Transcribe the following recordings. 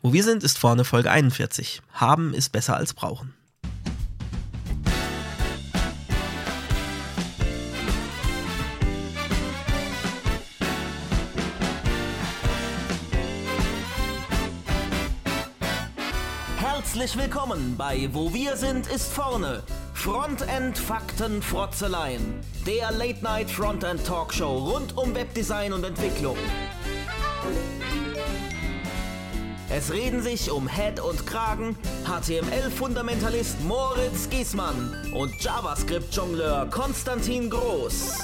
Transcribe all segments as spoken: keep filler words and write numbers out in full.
Wo wir sind, ist vorne Folge einundvierzig. Haben ist besser als brauchen. Herzlich willkommen bei Wo wir sind, ist vorne. Frontend-Fakten-Frotzeleien. Der Late-Night-Frontend-Talkshow rund um Webdesign und Entwicklung. Es reden sich um Head und Kragen H T M L-Fundamentalist Moritz Giesmann und JavaScript-Jongleur Konstantin Groß.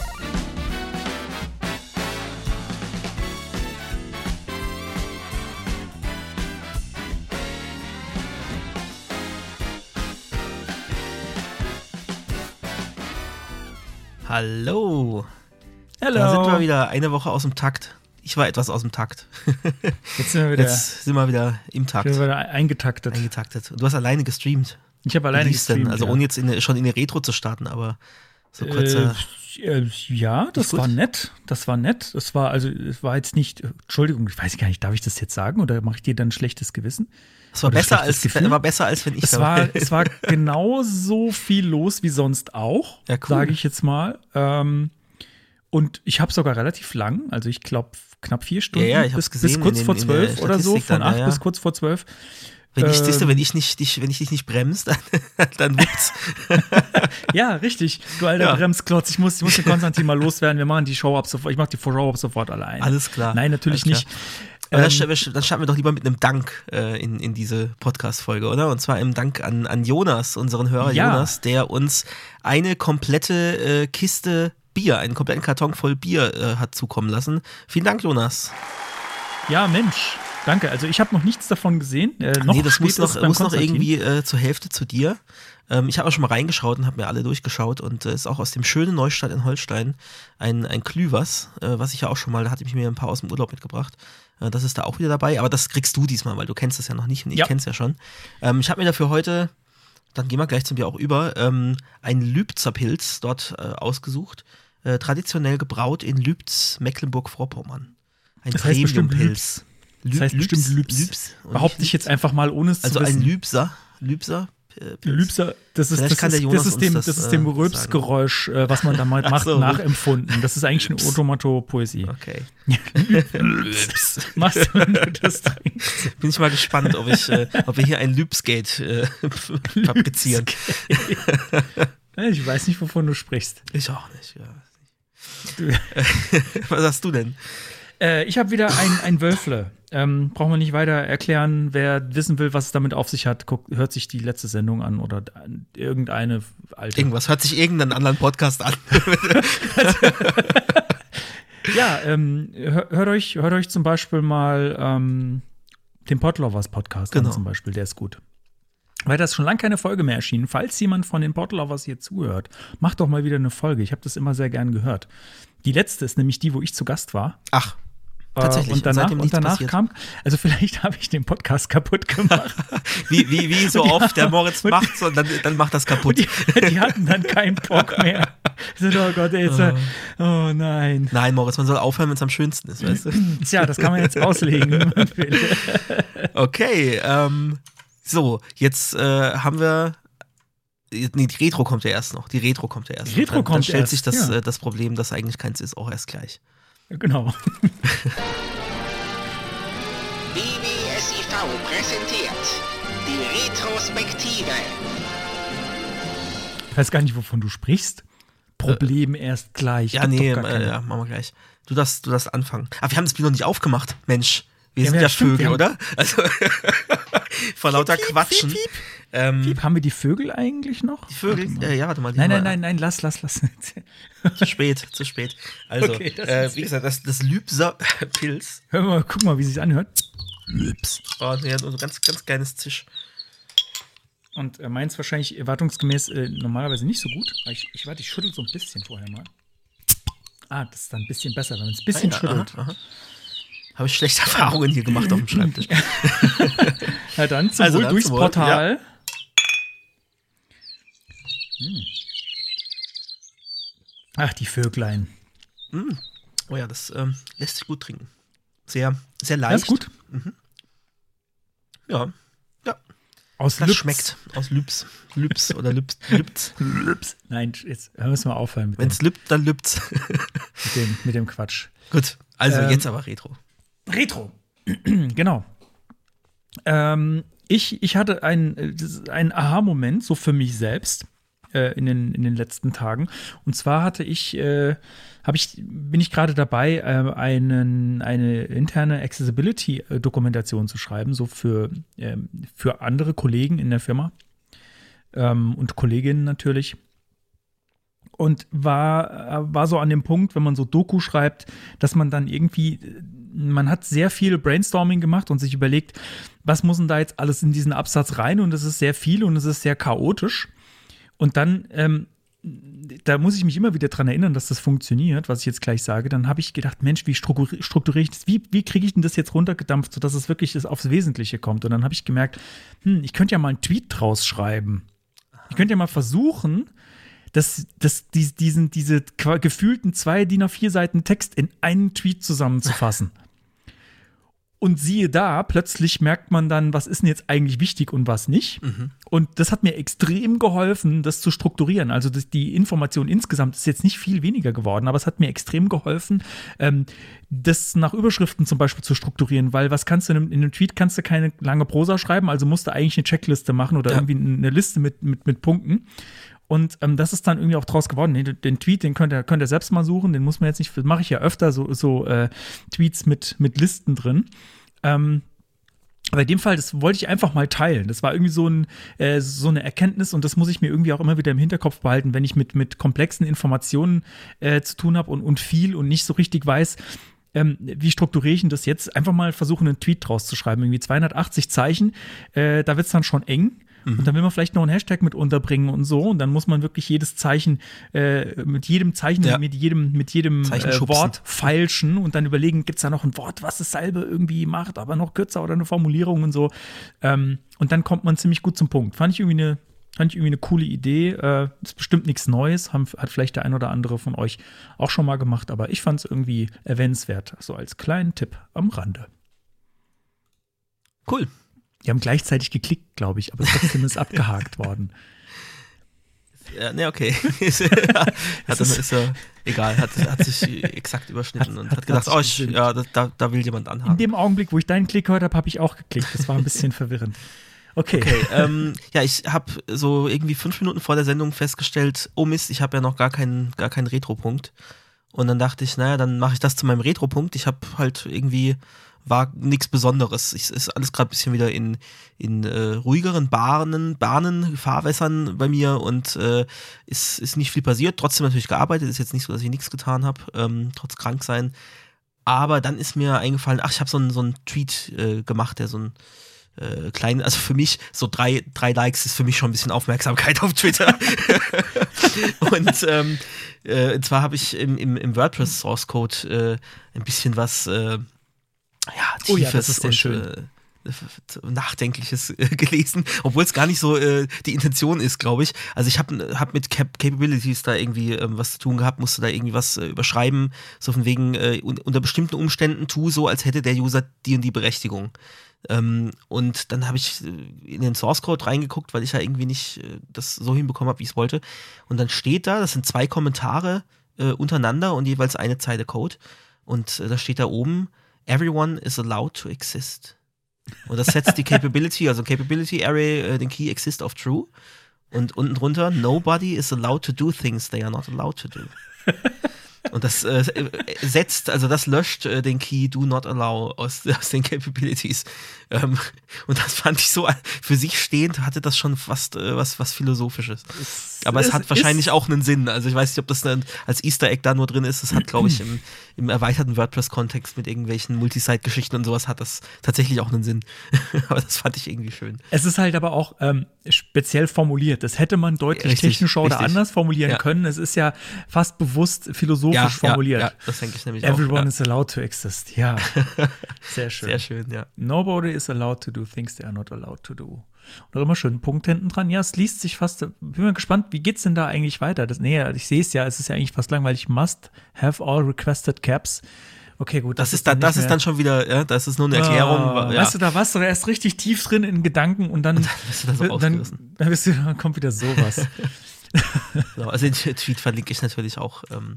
Hallo. Hallo. Da sind wir wieder eine Woche aus dem Takt. Ich war etwas aus dem Takt. Jetzt sind wir wieder, Jetzt sind wir wieder im Takt. Sind wir wieder eingetaktet. eingetaktet. Und du hast alleine gestreamt. Ich habe alleine gestreamt. Denn? Also ja. ohne jetzt in, schon in die Retro zu starten, aber so kurzer. Äh, äh, ja, das war nett. Das war nett. Das war, also, es war jetzt nicht, Entschuldigung, ich weiß gar nicht, darf ich das jetzt sagen oder mache ich dir dann ein schlechtes Gewissen? Es war besser als, war besser als wenn ich es war. Es war genauso viel los wie sonst auch, ja, cool. sage ich jetzt mal. Ähm, und ich habe sogar relativ lang, also ich glaube knapp vier Stunden, ja, ja, ich bis, gesehen, bis kurz in, vor zwölf oder so, von dann, acht ja, ja. bis kurz vor zwölf. Wenn ich, ähm, siehst du, wenn ich nicht, dich, wenn ich dich nicht bremse, dann, dann wird's. Ja, richtig. Du alter ja. Bremsklotz. Ich muss, ich muss den Konstantin mal loswerden. Wir machen die Show ab sofort. Ich mache die Show ab sofort allein. Alles klar. Nein, natürlich Alles nicht. Aber ähm, dann, dann starten wir doch lieber mit einem Dank äh, in, in diese Podcast-Folge, oder? Und zwar einem Dank an, an Jonas, unseren Hörer ja. Jonas, der uns eine komplette äh, Kiste Bier, einen kompletten Karton voll Bier äh, hat zukommen lassen. Vielen Dank, Jonas. Ja, Mensch. Danke. Also ich habe noch nichts davon gesehen. Äh, noch nee, das muss noch, muss noch irgendwie äh, zur Hälfte zu dir. Ähm, ich habe auch schon mal reingeschaut und habe mir alle durchgeschaut und es äh, ist auch aus dem schönen Neustadt in Holstein ein, ein Klüvers, äh, was ich ja auch schon mal, da hatte ich mir ein paar aus dem Urlaub mitgebracht. Äh, das ist da auch wieder dabei, aber das kriegst du diesmal, weil du kennst das ja noch nicht und ich ja. kenn's ja schon. Ähm, ich habe mir dafür heute, dann gehen wir gleich zum Bier auch über, ähm, einen Lübzer Pilz dort äh, ausgesucht. Äh, traditionell gebraut in Lübz, Mecklenburg-Vorpommern. Ein das heißt Premium-Pilz. Das heißt Lübs, bestimmt Lübs. Lübs Behaupte ich jetzt einfach mal, ohne es also zu wissen. Also ein Lübser. Lübser. Äh, Lübser, das ist, das ist, das ist dem, das, das ist dem äh, Rülpsgeräusch, äh, was man da mal macht, so. nachempfunden. Das ist eigentlich eine Automatopoesie. Okay. Lübs. Machst du, wenn du das trinkst? Bin ich mal gespannt, ob, ich, äh, ob wir hier ein Lübsgate äh, fabrizieren. Ich weiß nicht, wovon du sprichst. Ich auch nicht, ja. Was hast du denn? Äh, ich habe wieder ein, ein Wölfle. Ähm, brauchen wir nicht weiter erklären. Wer wissen will, was es damit auf sich hat, guckt, hört sich die letzte Sendung an oder irgendeine alte. Irgendwas, hört sich irgendeinen anderen Podcast an. Ja, ähm, hört, euch, hört euch zum Beispiel mal ähm, den Podlovers Podcast genau. an, zum Beispiel, der ist gut. Weil da ist schon lange keine Folge mehr erschienen. Falls jemand von den Podlovers hier zuhört, macht doch mal wieder eine Folge. Ich habe das immer sehr gern gehört. Die letzte ist nämlich die, wo ich zu Gast war. Ach. Tatsächlich. Und danach, und danach kam, also vielleicht habe ich den Podcast kaputt gemacht. wie, wie, wie so oft der Moritz macht, so, dann, dann macht das kaputt. Die, die hatten dann keinen Bock mehr. So, oh Gott, ey, jetzt, oh. oh nein. Nein, Moritz, man soll aufhören, wenn es am schönsten ist, weißt du? Tja, das kann man jetzt auslegen, wie man will. Okay, ähm, so, jetzt äh, haben wir Nee, die Retro kommt ja erst noch. Die Retro kommt ja erst die Retro noch. Dann, kommt dann stellt erst, sich das, ja. äh, das Problem, dass eigentlich keins ist, auch erst gleich. Genau. B B S I V präsentiert die Retrospektive. Ich weiß gar nicht, wovon du sprichst. Problem äh, erst gleich. Ja, nee, äh, ja, machen wir gleich. Du darfst, du darfst anfangen. Aber wir haben das Bier noch nicht aufgemacht. Mensch, wir ja, sind ja, ja Vögel, stimmt, oder? Also vor lauter piep, Quatschen. Piep, piep. Ähm, piep. Haben wir die Vögel eigentlich noch? Die Vögel? Warte äh, ja, warte mal. Nein, nein, nein, nein, lass, lass, lass. Zu spät, zu spät. Also, okay, äh, wie gesagt, das, das Lübser Pilz. Hör mal, guck mal, wie es sich anhört. Lübs. Oh, nee, so ein ganz, ganz kleines Zisch. Und äh, meins wahrscheinlich erwartungsgemäß äh, normalerweise nicht so gut. Ich, ich warte, ich schüttel so ein bisschen vorher mal. Ah, das ist dann ein bisschen besser, wenn man es ein bisschen ah, ja, schüttelt. Aha, aha. Habe ich schlechte Erfahrungen hier gemacht auf dem Schreibtisch. Na dann, zum also Wohl dann durchs zum Portal. Ja. Hm. Ach, die Vöglein. Mm. Oh ja, das ähm, lässt sich gut trinken. Sehr, sehr leicht. Das ist gut. Mhm. Ja. Ja. Aus Das Lübs. schmeckt. Aus Lübs. Lübs oder Lübs. Lübs. Lübs. Nein, jetzt müssen wir aufhören mit, Wenn es lübt, dann lübt's. mit, dem, mit dem Quatsch. Gut, also Ähm, jetzt aber Retro. Retro. Genau. Ähm, ich, ich hatte einen ein Aha-Moment, so für mich selbst, äh, in, den, in den letzten Tagen. Und zwar hatte ich, äh, hab ich bin ich gerade dabei, äh, einen, eine interne Accessibility-Dokumentation zu schreiben, so für, ähm, für andere Kollegen in der Firma ähm, und Kolleginnen natürlich. Und war, war so an dem Punkt, wenn man so Doku schreibt, dass man dann irgendwie, man hat sehr viel Brainstorming gemacht und sich überlegt, was muss denn da jetzt alles in diesen Absatz rein? Und es ist sehr viel und es ist sehr chaotisch. Und dann, ähm, da muss ich mich immer wieder dran erinnern, dass das funktioniert, was ich jetzt gleich sage. Dann habe ich gedacht, Mensch, wie strukturiere ich das? Wie, wie kriege ich denn das jetzt runtergedampft, sodass es wirklich das aufs Wesentliche kommt? Und dann habe ich gemerkt, hm, ich könnte ja mal einen Tweet draus schreiben. Ich könnte ja mal versuchen, dass, dass die, diesen, diese gefühlten zwei D I N A vier Seiten Text in einen Tweet zusammenzufassen. Und siehe da, plötzlich merkt man dann, was ist denn jetzt eigentlich wichtig und was nicht. Mhm. Und das hat mir extrem geholfen, das zu strukturieren. Also das, die Information insgesamt ist jetzt nicht viel weniger geworden, aber es hat mir extrem geholfen, ähm, das nach Überschriften zum Beispiel zu strukturieren, weil was kannst du in einem, in einem Tweet, kannst du keine lange Prosa schreiben, also musst du eigentlich eine Checkliste machen oder ja. irgendwie eine Liste mit, mit, mit Punkten. Und ähm, das ist dann irgendwie auch draus geworden. Den, den Tweet, den könnt ihr, könnt ihr selbst mal suchen, den muss man jetzt nicht, mache ich ja öfter, so, so äh, Tweets mit, mit Listen drin. Ähm, aber in dem Fall, das wollte ich einfach mal teilen. Das war irgendwie so, ein, äh, so eine Erkenntnis und das muss ich mir irgendwie auch immer wieder im Hinterkopf behalten, wenn ich mit, mit komplexen Informationen äh, zu tun habe und, und viel und nicht so richtig weiß, ähm, wie strukturiere ich denn das jetzt? Einfach mal versuchen, einen Tweet draus zu schreiben. Irgendwie zweihundertachtzig Zeichen, äh, da wird es dann schon eng. Und dann will man vielleicht noch einen Hashtag mit unterbringen und so. Und dann muss man wirklich jedes Zeichen, äh, mit jedem Zeichen, ja. mit jedem, mit jedem äh, Wort feilschen und dann überlegen, gibt es da noch ein Wort, was dasselbe irgendwie macht, aber noch kürzer oder eine Formulierung und so. Ähm, und dann kommt man ziemlich gut zum Punkt. Fand ich irgendwie eine, fand ich irgendwie eine coole Idee. Äh, ist bestimmt nichts Neues, haben, hat vielleicht der ein oder andere von euch auch schon mal gemacht, aber ich fand es irgendwie erwähnenswert. So als kleinen Tipp am Rande. Cool. Die haben gleichzeitig geklickt, glaube ich, aber trotzdem ist abgehakt worden. Ja, ne, okay. hat, dann ist er, egal, hat, hat sich exakt überschnitten hat, und hat, hat gedacht, oh, ich, ja, da, da will jemand anhaken. In dem Augenblick, wo ich deinen Klick gehört habe, habe ich auch geklickt. Das war ein bisschen verwirrend. Okay. okay ähm, ja, ich habe so irgendwie fünf Minuten vor der Sendung festgestellt, oh Mist, ich habe ja noch gar keinen, gar keinen Retro-Punkt. Und dann dachte ich, naja, dann mache ich das zu meinem Retro-Punkt. Ich habe halt irgendwie war nichts Besonderes. Es ist alles gerade ein bisschen wieder in, in äh, ruhigeren Bahnen, Bahnen, Fahrwässern bei mir und äh, ist, ist nicht viel passiert. Trotzdem natürlich gearbeitet. Ist jetzt nicht so, dass ich nichts getan habe, ähm, trotz Kranksein. Aber dann ist mir eingefallen, ach, ich habe so einen so einen Tweet äh, gemacht, der so ein äh, kleinen, also für mich, so drei, drei Likes ist für mich schon ein bisschen Aufmerksamkeit auf Twitter. und ähm, äh, und zwar habe ich im, im, im WordPress Source Code äh, ein bisschen was äh, ja, tiefes oh ja, das ist sehr und schön. Äh, Nachdenkliches äh, gelesen, obwohl es gar nicht so äh, die Intention ist, glaube ich. Also ich habe hab mit Cap- Capabilities da irgendwie ähm, was zu tun gehabt, musste da irgendwie was äh, überschreiben, so von wegen äh, un- unter bestimmten Umständen tu so, als hätte der User die und die Berechtigung. Ähm, und dann habe ich in den Source Code reingeguckt, weil ich ja irgendwie nicht äh, das so hinbekommen habe, wie ich es wollte. Und dann steht da, das sind zwei Kommentare äh, untereinander und jeweils eine Zeile Code. Und äh, da steht da oben, everyone is allowed to exist. Und das setzt die Capability, also Capability Array, äh, den Key exist auf true. Und unten drunter, nobody is allowed to do things they are not allowed to do. Und das äh, setzt, also das löscht äh, den Key do not allow aus, aus den Capabilities. Ähm, und das fand ich so, für sich stehend hatte das schon fast äh, was, was Philosophisches. Es, Aber es, es hat wahrscheinlich auch einen Sinn. Also ich weiß nicht, ob das dann als Easter Egg da nur drin ist. Es hat, glaube ich, im, im erweiterten WordPress-Kontext mit irgendwelchen Multisite-Geschichten und sowas hat das tatsächlich auch einen Sinn. Aber das fand ich irgendwie schön. Es ist halt aber auch ähm, speziell formuliert. Das hätte man deutlich richtig, technischer oder richtig. anders formulieren ja. können. Es ist ja fast bewusst philosophisch ja, formuliert. Ja, ja, das denke ich nämlich Everyone auch. Everyone is allowed to exist. Ja, sehr schön. Sehr schön, ja. Nobody is allowed to do things they are not allowed to do. Und auch immer schön einen Punkt hinten dran. Ja, es liest sich fast, bin mal gespannt, wie geht's denn da eigentlich weiter? Das, nee, ich sehe es ja, es ist ja eigentlich fast langweilig. Must have all requested caps. Okay, gut. Das, das ist, dann, das ist dann schon wieder, ja, das ist nur eine Erklärung. Oh, ja. Weißt du, da warst du erst richtig tief drin in Gedanken und dann, und dann bist du da so rausgerissen. Dann, dann, bist du, dann kommt wieder sowas. Genau, also den Tweet verlinke ich natürlich auch. Ähm,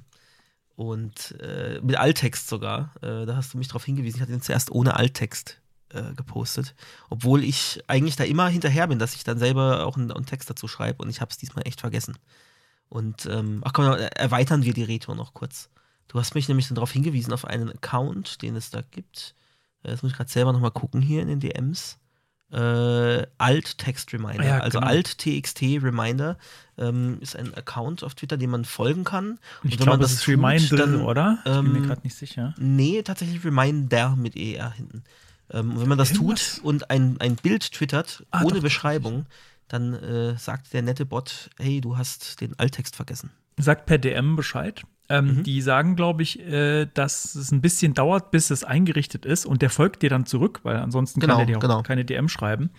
und äh, mit Alttext sogar. Äh, da hast du mich darauf hingewiesen. Ich hatte den zuerst ohne Alttext äh, gepostet. Obwohl ich eigentlich da immer hinterher bin, dass ich dann selber auch einen, einen Text dazu schreibe. Und ich habe es diesmal echt vergessen. Und, ähm, ach komm, erweitern wir die Retro noch kurz. Du hast mich nämlich dann darauf hingewiesen, auf einen Account, den es da gibt. Äh, das muss ich gerade selber nochmal gucken hier in den D Ms. Äh, Alt-Text-Reminder, ja, also genau. Alt-T X T-Reminder ähm, ist ein Account auf Twitter, dem man folgen kann. Und ich und wenn glaube, man das das ist tut, Reminder, dann, oder? Ich ähm, bin mir gerade nicht sicher. Nee, tatsächlich Reminder mit E R hinten. Ähm, und wenn man das Irgendwas? tut und ein, ein Bild twittert, Ah, ohne doch, Beschreibung, dann äh, sagt der nette Bot, hey, du hast den Alttext vergessen. Sagt per D M Bescheid. Ähm, Mhm. Die sagen, glaube ich, äh, dass es ein bisschen dauert, bis es eingerichtet ist und der folgt dir dann zurück, weil ansonsten Genau, kann der dir auch genau. keine D M schreiben.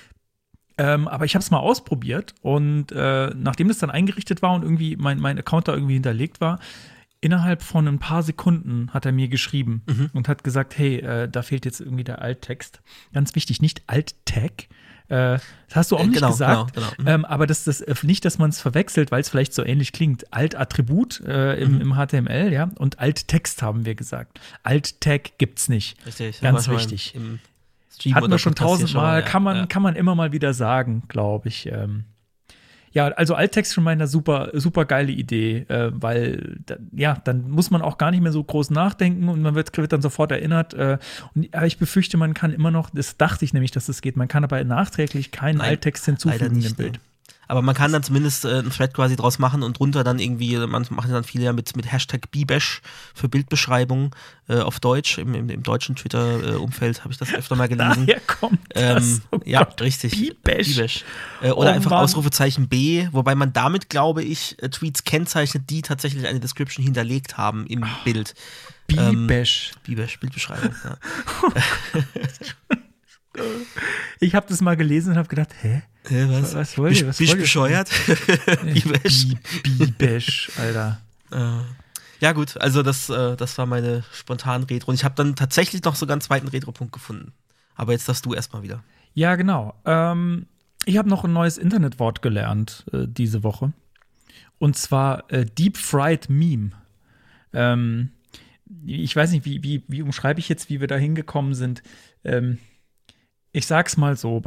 Ähm, aber ich habe es mal ausprobiert und äh, nachdem das dann eingerichtet war und irgendwie mein, mein Account da irgendwie hinterlegt war, innerhalb von ein paar Sekunden hat er mir geschrieben Mhm. und hat gesagt, hey, äh, da fehlt jetzt irgendwie der Alttext. Ganz wichtig, nicht Alt-Tag. Äh, das hast du auch Äh, nicht genau, gesagt. genau, genau. Mhm. Ähm, aber das, das, äh, nicht, dass man es verwechselt, weil es vielleicht so ähnlich klingt. Alt-Attribut äh, im, Mhm. im H T M L, ja, und Alt-Text haben wir gesagt. Alt-Tag gibt's nicht. Richtig, Ganz haben wir schon wichtig. Im, im Stream Hatten oder wir schon Podcast hier tausendmal, schon mal, kann man, ja. kann man immer mal wieder sagen, glaube ich. Ähm, ja, also Alt-Text-Reminder, super, super geile Idee, äh, weil, da, ja, dann muss man auch gar nicht mehr so groß nachdenken und man wird, wird dann sofort erinnert. Äh, und, aber ich befürchte, man kann immer noch, das dachte ich nämlich, dass das geht, man kann aber nachträglich keinen Nein, Alttext leider hinzufügen nicht, im Bild. ne. Aber man kann dann zumindest äh, einen Thread quasi draus machen und drunter dann irgendwie, man macht ja dann viele ja mit, mit Hashtag B-Bash für Bildbeschreibung äh, auf Deutsch, im, im, im deutschen Twitter-Umfeld habe ich das öfter mal gelesen. Daher kommt das. Ähm, Oh ja, Gott, richtig. B-Bash. B-Bash. Äh, oder Oh einfach Mann. Ausrufezeichen B, wobei man damit, glaube ich, äh, Tweets kennzeichnet, die tatsächlich eine Description hinterlegt haben im Bild. B-Bash. Ähm, B-Bash, Bildbeschreibung, ja. Ich habe das mal gelesen und habe gedacht, hä? Äh, was? Was wollt ihr? Was Bist wollt ihr? bescheuert? B-Bash. B-Bash, Alter. Äh, ja gut, also das, äh, das war meine spontanen Retro. Und ich habe dann tatsächlich noch sogar einen zweiten Retro-Punkt gefunden. Aber jetzt darfst du erstmal wieder. Ja, genau. Ähm, ich habe noch ein neues Internetwort gelernt äh, diese Woche. Und zwar äh, Deep Fried Meme. Ähm, ich weiß nicht, wie, wie, wie umschreibe ich jetzt, wie wir da hingekommen sind. Ähm, ich sag's mal so.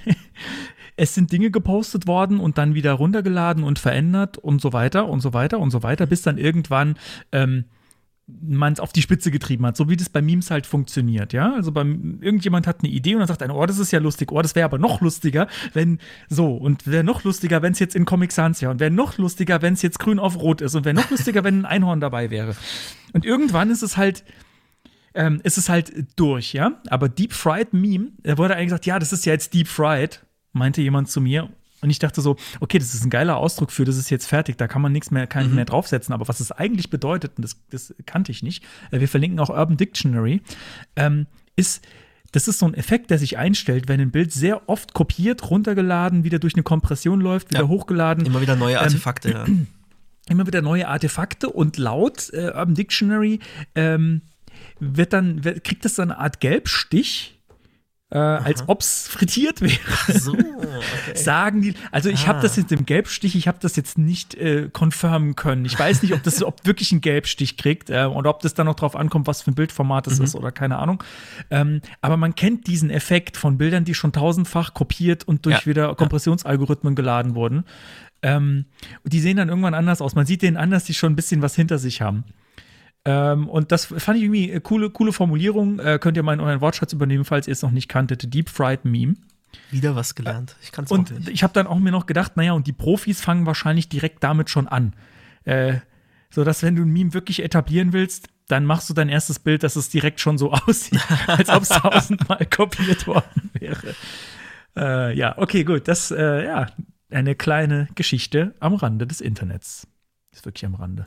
Es sind Dinge gepostet worden und dann wieder runtergeladen und verändert und so weiter und so weiter und so weiter, bis dann irgendwann ähm, man es auf die Spitze getrieben hat, so wie das bei Memes halt funktioniert, ja, also beim, irgendjemand hat eine Idee und dann sagt einer, oh, das ist ja lustig, oh, das wäre aber noch lustiger, wenn so, und wäre noch lustiger, wenn es jetzt in Comic Sans wäre und wäre noch lustiger, wenn es jetzt grün auf rot ist und wäre noch lustiger, wenn ein Einhorn dabei wäre. Und irgendwann ist es halt ähm, ist es halt durch, ja, aber Deep Fried Meme, da wurde eigentlich gesagt, ja, das ist ja jetzt Deep Fried, meinte jemand zu mir. Und ich dachte so, okay, das ist ein geiler Ausdruck für, das ist jetzt fertig, da kann man nichts mehr, kann Mhm. mehr draufsetzen. Aber was es eigentlich bedeutet, und das, das kannte ich nicht, äh, wir verlinken auch Urban Dictionary, ähm, ist, das ist so ein Effekt, der sich einstellt, wenn ein Bild sehr oft kopiert, runtergeladen, wieder durch eine Kompression läuft, wieder Ja. hochgeladen. Immer wieder neue Artefakte, Ähm, ja. Immer wieder neue Artefakte und laut äh, Urban Dictionary ähm, wird dann, wird, kriegt das so eine Art Gelbstich, äh, als ob es frittiert wäre. So, okay. Sagen die, also ich habe Ah. das jetzt im Gelbstich, ich habe das jetzt nicht äh, confirmen können. Ich weiß nicht, ob das ob wirklich einen Gelbstich kriegt äh, oder ob das dann noch drauf ankommt, was für ein Bildformat das Mhm. ist oder keine Ahnung. Ähm, aber man kennt diesen Effekt von Bildern, die schon tausendfach kopiert und durch Ja. wieder Kompressionsalgorithmen geladen wurden. Ähm, und die sehen dann irgendwann anders aus. Man sieht denen anders, die schon ein bisschen was hinter sich haben. Ähm, und das fand ich irgendwie eine coole, coole Formulierung. Äh, könnt ihr mal in euren Wortschatz übernehmen, falls ihr es noch nicht kanntet. Deep Fried Meme. Wieder was gelernt. Ich kann es auch Und nicht. ich habe dann auch mir noch gedacht, naja, und die Profis fangen wahrscheinlich direkt damit schon an. Äh, so dass, wenn du ein Meme wirklich etablieren willst, dann machst du dein erstes Bild, dass es direkt schon so aussieht, als ob es tausendmal kopiert worden wäre. Äh, ja, okay, gut. Das, äh, ja, eine kleine Geschichte am Rande des Internets. Ist wirklich am Rande.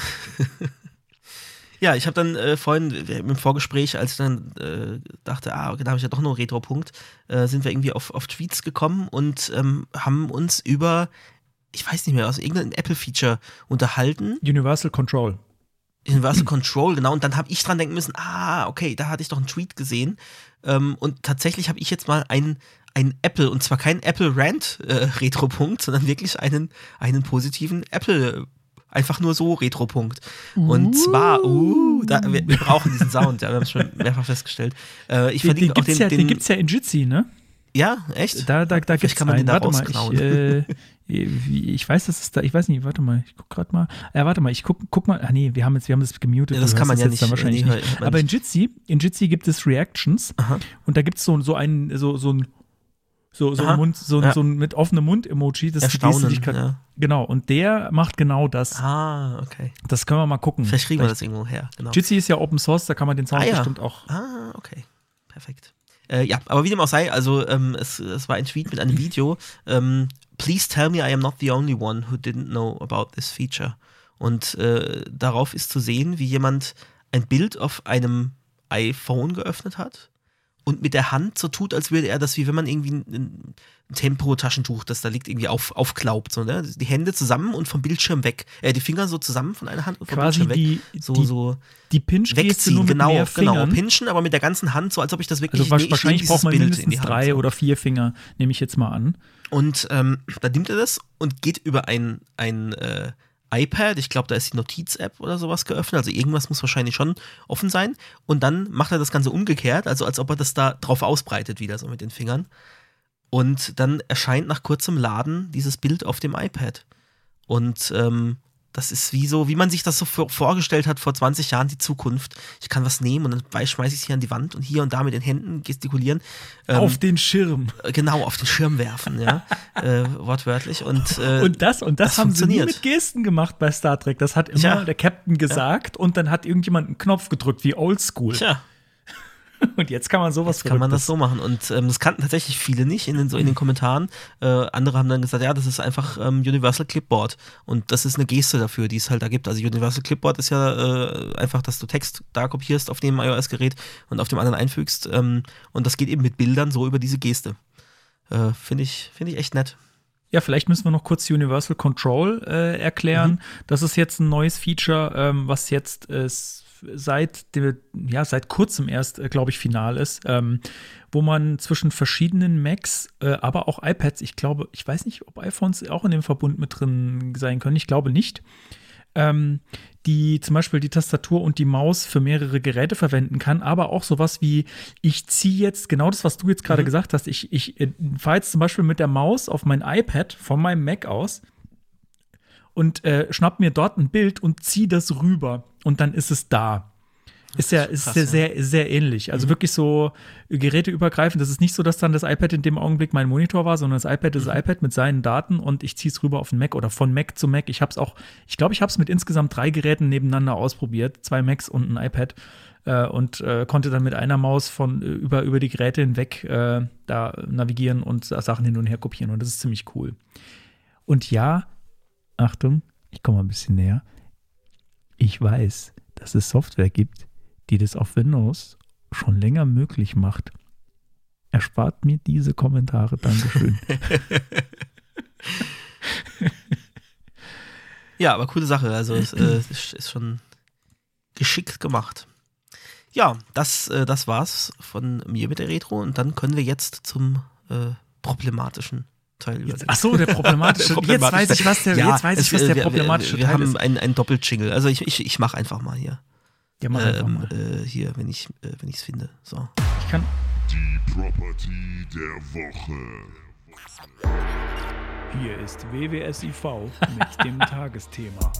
Ja, ich habe dann äh, vorhin im Vorgespräch, als ich dann äh, dachte, ah, okay, da habe ich ja doch noch einen Retro-Punkt, äh, sind wir irgendwie auf, auf Tweets gekommen und ähm, haben uns über, ich weiß nicht mehr, aus irgendeinem Apple-Feature unterhalten. Universal Control. Universal Control, genau. Und dann habe ich dran denken müssen, ah, okay, da hatte ich doch einen Tweet gesehen. Ähm, und tatsächlich habe ich jetzt mal einen, einen Apple, und zwar keinen Apple-Rant-Retro-Punkt, sondern wirklich einen, einen positiven Apple- Einfach nur so Retro-Punkt. Und uh. zwar, uh, da, wir, wir brauchen diesen Sound, ja, wir haben es schon mehrfach festgestellt. Äh, ich den, verlinke den auch den, ja, den, den gibt's ja in Jitsi, ne? Ja, echt? Da, da, da gibt's kann man den da warte rausklauen. Mal, ich, äh, ich weiß, dass es da, ich weiß nicht, warte mal, ich guck gerade mal. Ja, warte mal, ich guck, guck mal, ah nee, wir haben jetzt, wir haben das gemutet. Ja, das kann man ja nicht. Wahrscheinlich nee, nicht. Aber in Jitsi, in Jitsi gibt es Reactions. Aha. Und da gibt's so, so einen, so, so ein So, so, ein Mund, so, ja. so ein mit offenem Mund-Emoji. Das ist die Geste, die ich grad, ja. Genau, und der macht genau das. Ah, okay. Das können wir mal gucken. Vielleicht kriegen wir das irgendwo her. Genau. Jitsi ist ja Open Source, da kann man den Sound ah, ja. bestimmt auch. Ah, okay. Perfekt. Äh, ja, aber wie dem auch sei, also ähm, es, es war ein Tweet mit einem Video. ähm, Please tell me I am not the only one who didn't know about this feature. Und äh, darauf ist zu sehen, wie jemand ein Bild auf einem iPhone geöffnet hat und mit der Hand so tut, als würde er das, wie wenn man irgendwie ein, ein Tempo-Taschentuch, das da liegt, irgendwie auf, aufklaubt. So, ne? Die Hände zusammen und vom Bildschirm weg. Äh, die Finger so zusammen von einer Hand und vom Quasi Bildschirm die, weg. So, die, so die Pinch-Geste nur mit genau, mehr Fingern. Genau, pinchen, aber mit der ganzen Hand, so als ob ich das wirklich... Also wahrscheinlich braucht man Bild mindestens drei Hand, oder vier Finger, nehme ich jetzt mal an. Und ähm, da nimmt er das und geht über ein, ein äh, iPad, ich glaube, da ist die Notiz-App oder sowas geöffnet, also irgendwas muss wahrscheinlich schon offen sein. Und dann macht er das Ganze umgekehrt, also als ob er das da drauf ausbreitet wieder, so mit den Fingern. Und dann erscheint nach kurzem Laden dieses Bild auf dem iPad. Und ähm, das ist wie so, wie man sich das so vorgestellt hat vor zwanzig Jahren, die Zukunft. Ich kann was nehmen und dann schmeiße ich es hier an die Wand und hier und da mit den Händen gestikulieren. Ähm, auf den Schirm. Genau, auf den Schirm werfen, ja. äh, wortwörtlich. Und, äh, und das, und das, das haben sie nie mit Gesten gemacht bei Star Trek. Das hat immer ja. der Captain gesagt ja. und dann hat irgendjemand einen Knopf gedrückt, wie Oldschool. Tja. Und jetzt kann man sowas Jetzt kann man das so machen. Und ähm, das kannten tatsächlich viele nicht in den, so in den Kommentaren. Äh, andere haben dann gesagt, ja, das ist einfach ähm, Universal Clipboard. Und das ist eine Geste dafür, die es halt da gibt. Also Universal Clipboard ist ja äh, einfach, dass du Text da kopierst auf dem iOS-Gerät und auf dem anderen einfügst. Ähm, und das geht eben mit Bildern so über diese Geste. Äh, Finde ich, find ich echt nett. Ja, vielleicht müssen wir noch kurz Universal Control äh, erklären. Mhm. Das ist jetzt ein neues Feature, ähm, was jetzt äh, seit de, ja seit kurzem erst, äh, glaube ich, final ist, ähm, wo man zwischen verschiedenen Macs, äh, aber auch iPads, ich glaube, ich weiß nicht, ob iPhones auch in dem Verbund mit drin sein können, ich glaube nicht, ähm, die zum Beispiel die Tastatur und die Maus für mehrere Geräte verwenden kann, aber auch sowas wie, ich ziehe jetzt, genau das, was du jetzt gerade mhm. gesagt hast, ich, ich äh, fahre jetzt zum Beispiel mit der Maus auf mein iPad von meinem Mac aus und äh, schnapp mir dort ein Bild und zieh das rüber und dann ist es da. Ist ja, ist krass, sehr, sehr, sehr ähnlich. Also mhm. wirklich so geräteübergreifend. Das ist nicht so, dass dann das iPad in dem Augenblick mein Monitor war, sondern das iPad ist das iPad mit seinen Daten und ich ziehe es rüber auf den Mac oder von Mac zu Mac. Ich habe es auch, ich glaube, ich habe es mit insgesamt drei Geräten nebeneinander ausprobiert. Zwei Macs und ein iPad. Äh, und äh, konnte dann mit einer Maus von über, über die Geräte hinweg äh, da navigieren und Sachen hin und her kopieren. Und das ist ziemlich cool. Und ja, Achtung, ich komme mal ein bisschen näher. Ich weiß, dass es Software gibt, die das auf Windows schon länger möglich macht. Erspart mir diese Kommentare, Dankeschön. Ja, aber coole Sache. Also es äh, ist schon geschickt gemacht. Ja, das, äh, das war's von mir mit der Retro. Und dann können wir jetzt zum äh, problematischen Teil übergehen. Ach so, der problematische. der problematische jetzt weiß ich, was der, ja, jetzt weiß ich, was der wir, problematische wir, wir, wir Teil ist. Wir haben einen ein Doppel-Jingle. Also ich, ich, ich mache einfach mal hier. Ja, mach einfach ähm, mal. Äh, hier, wenn ich es äh, wenn ich's finde. So. Ich kann. Die Property der Woche. Hier ist W W S I V mit dem Tagesthema.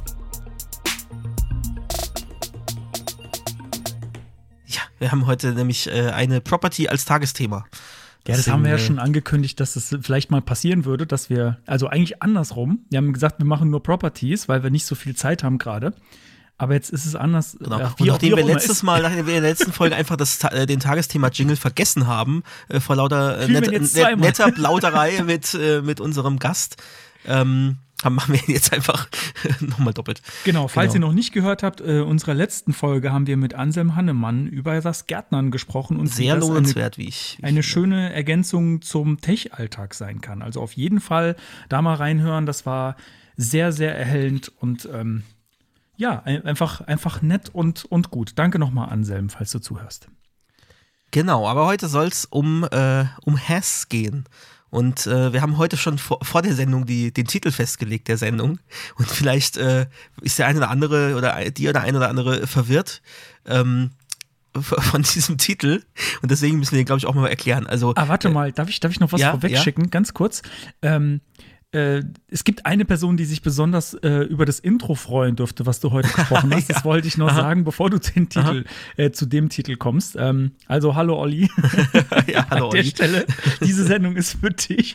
Ja, wir haben heute nämlich äh, eine Property als Tagesthema. Ja, das haben wir ja schon angekündigt, dass das vielleicht mal passieren würde, dass wir, also eigentlich andersrum, wir haben gesagt, wir machen nur Properties, weil wir nicht so viel Zeit haben gerade. Aber jetzt ist es anders. Genau. Äh, und nachdem wir letztes Mal, nachdem wir in der letzten Folge einfach das, äh, den Tagesthema-Jingle vergessen haben, äh, vor lauter äh, net, net, netter Plauderei mit, äh, mit unserem Gast, ähm, machen wir jetzt einfach nochmal doppelt. Genau, falls genau. ihr noch nicht gehört habt, äh, unserer letzten Folge haben wir mit Anselm Hannemann über das Gärtnern gesprochen. Und sehr das lohnenswert, eine, wie ich. Wie eine ich schöne Ergänzung zum Tech-Alltag sein kann. Also auf jeden Fall da mal reinhören, das war sehr, sehr erhellend und ähm, ja, ein, einfach, einfach nett und, und gut. Danke nochmal, Anselm, falls du zuhörst. Genau, aber heute soll es um, äh, um Hass gehen. Und äh, wir haben heute schon vor, vor der Sendung die, den Titel festgelegt der Sendung. Und vielleicht äh, ist der eine oder andere oder die oder ein oder andere verwirrt ähm, von diesem Titel. Und deswegen müssen wir den, glaube ich, auch mal erklären. Also, ah, warte äh, mal, darf ich, darf ich noch was ja, vorwegschicken? Ja? Ganz kurz. Ähm, äh, es gibt eine Person, die sich besonders äh, über das Intro freuen dürfte, was du heute gesprochen hast. Ja. Das wollte ich noch Aha. sagen, bevor du den Titel, äh, zu dem Titel kommst. Ähm, also, hallo Olli. Ja, hallo An der Olli. Stelle, diese Sendung ist für dich.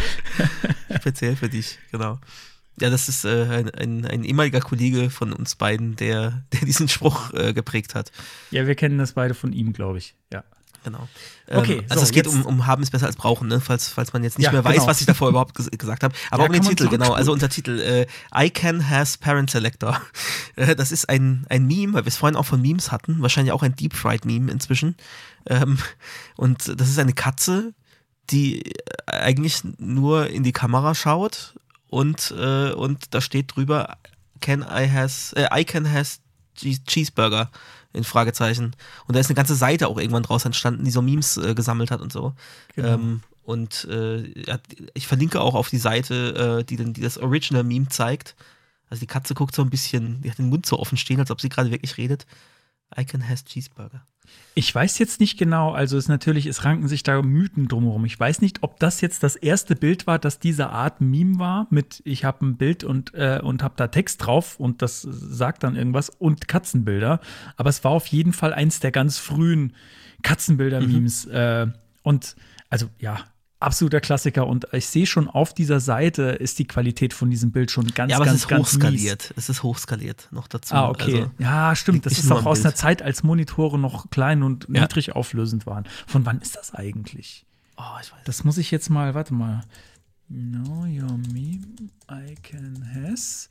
Speziell für dich, genau. Ja, das ist äh, ein, ein, ein ehemaliger Kollege von uns beiden, der, der diesen Spruch äh, geprägt hat. Ja, wir kennen das beide von ihm, glaube ich. Ja. Genau. Okay, ähm, also so, es geht jetzt- um, um haben ist besser als brauchen, ne? falls, falls man jetzt nicht Ja, mehr weiß, genau. was ich davor überhaupt ges gesagt habe. Aber Ja, um den kann man Titel, genau. zurückspulen. Also unser Titel, äh, I Can Has Parent Selector. Äh, das ist ein, ein Meme, weil wir es vorhin auch von Memes hatten. Wahrscheinlich auch ein Deep Fried Meme inzwischen. Ähm, und das ist eine Katze, die eigentlich nur in die Kamera schaut und, äh, und da steht drüber, Can I has, äh, I can has Cheese- Cheeseburger in Fragezeichen. Und da ist eine ganze Seite auch irgendwann draus entstanden, die so Memes äh, gesammelt hat und so. Genau. Ähm, und äh, ja, ich verlinke auch auf die Seite, äh, die, den, die das Original-Meme zeigt. Also die Katze guckt so ein bisschen, die hat den Mund so offen stehen, als ob sie gerade wirklich redet. I can has Cheeseburger. Ich weiß jetzt nicht genau, also es natürlich, es ranken sich da Mythen drumherum. Ich weiß nicht, ob das jetzt das erste Bild war, das dieser Art Meme war, mit ich habe ein Bild und, äh, und habe da Text drauf und das sagt dann irgendwas und Katzenbilder. Aber es war auf jeden Fall eins der ganz frühen Katzenbilder-Memes. Mhm. Äh, und also ja, absoluter Klassiker. Und ich sehe schon, auf dieser Seite ist die Qualität von diesem Bild schon ganz, Ja, aber ganz, es ist ganz hochskaliert. Es ist hochskaliert noch dazu. Ah, okay. Also, ja, stimmt. liegt Das nicht ist nur auch am aus Bild. einer Zeit, als Monitore noch klein und Ja. niedrig auflösend waren. Von wann ist das eigentlich? oh, ich weiß. Das muss ich jetzt mal, warte mal. Know your meme I can has.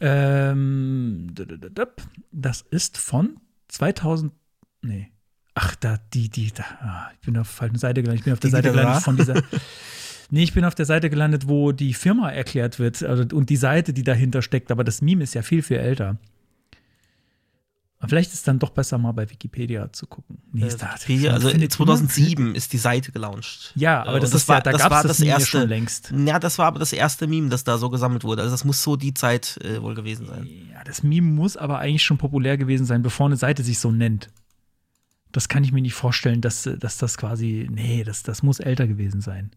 Ähm, d- d- d- d- das ist von zweitausend. Nee. Ach, da, die, die, da. Ah, ich bin auf der falschen Seite gelandet. Ich bin auf der Die, die Seite da gelandet war? von dieser. Nee, ich bin auf der Seite gelandet, wo die Firma erklärt wird also, und die Seite, die dahinter steckt. Aber das Meme ist ja viel, viel älter. Aber vielleicht ist es dann doch besser, mal bei Wikipedia zu gucken. Nee, Äh, ist da- Wikipedia, also findet zweitausendsieben ist die Seite gelauncht. Ja, aber Äh, das und ist ja, da das gab's war das das Meme ja erste schon längst. Ja, das war aber das erste Meme, das da so gesammelt wurde. Also das muss so die Zeit äh, wohl gewesen sein. Ja, das Meme muss aber eigentlich schon populär gewesen sein, bevor eine Seite sich so nennt. Das kann ich mir nicht vorstellen, dass, dass das quasi, nee, das, das muss älter gewesen sein.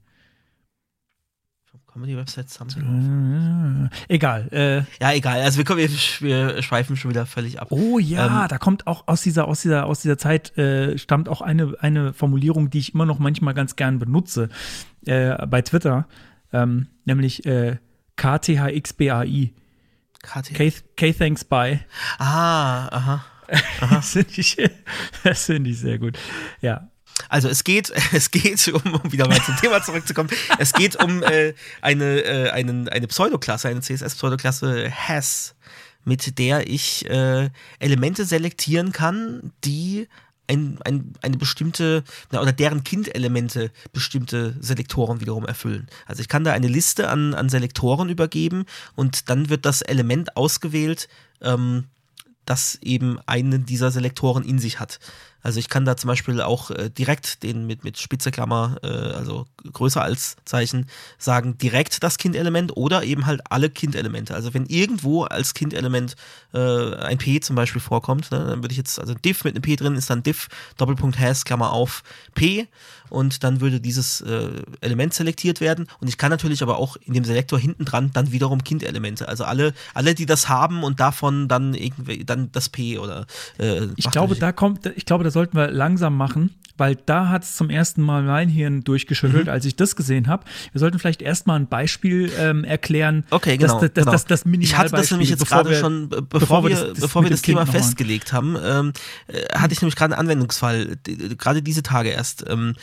Comedy-Website Something. Äh, egal. Äh, Ja, egal. Also wir, kommen, wir, wir schweifen schon wieder völlig ab. oh ja, Ähm, da kommt auch aus dieser, aus dieser, aus dieser Zeit äh, stammt auch eine, eine Formulierung, die ich immer noch manchmal ganz gern benutze äh, bei Twitter, ähm, nämlich äh, K T H X B A I. K T. K, K thanks bye. Ah, aha. Das finde ich, das finde ich sehr gut. Ja. Also es geht, es geht, um, um wieder mal zum Thema zurückzukommen, es geht um äh, eine, äh, einen, eine Pseudoklasse, eine C S S-Pseudoklasse Has, mit der ich äh, Elemente selektieren kann, die ein, ein, eine bestimmte, na, oder deren Kindelemente bestimmte Selektoren wiederum erfüllen. Also ich kann da eine Liste an, an Selektoren übergeben und dann wird das Element ausgewählt, ähm, das eben einen dieser Selektoren in sich hat. Also ich kann da zum Beispiel auch äh, direkt den mit, mit Spitze Klammer, äh, also größer als Zeichen, sagen direkt das Kindelement oder eben halt alle Kindelemente. Also wenn irgendwo als Kindelement äh, ein P zum Beispiel vorkommt, ne, dann würde ich jetzt, also diff mit einem P drin ist dann diff, Doppelpunkt Has, Klammer auf, P und dann würde dieses äh, Element selektiert werden und ich kann natürlich aber auch in dem Selektor hinten dran dann wiederum Kindelemente. Also alle, alle, die das haben und davon dann irgendwie, dann das P oder äh, Ich macht glaube, natürlich- da kommt, ich glaube, da sollten wir langsam machen, weil da hat es zum ersten Mal mein Hirn durchgeschüttelt, Mhm. als ich das gesehen habe. Wir sollten vielleicht erstmal ein Beispiel ähm, erklären. Okay, genau. Das, das, genau. das, das ich hatte das nämlich jetzt bevor gerade wir- schon, be- bevor, bevor wir wir, das- das bevor wir mit das dem Kind Thema noch machen. festgelegt haben, ähm, äh, hatte ich nämlich gerade einen Anwendungsfall, d- gerade diese Tage erst. Ähm,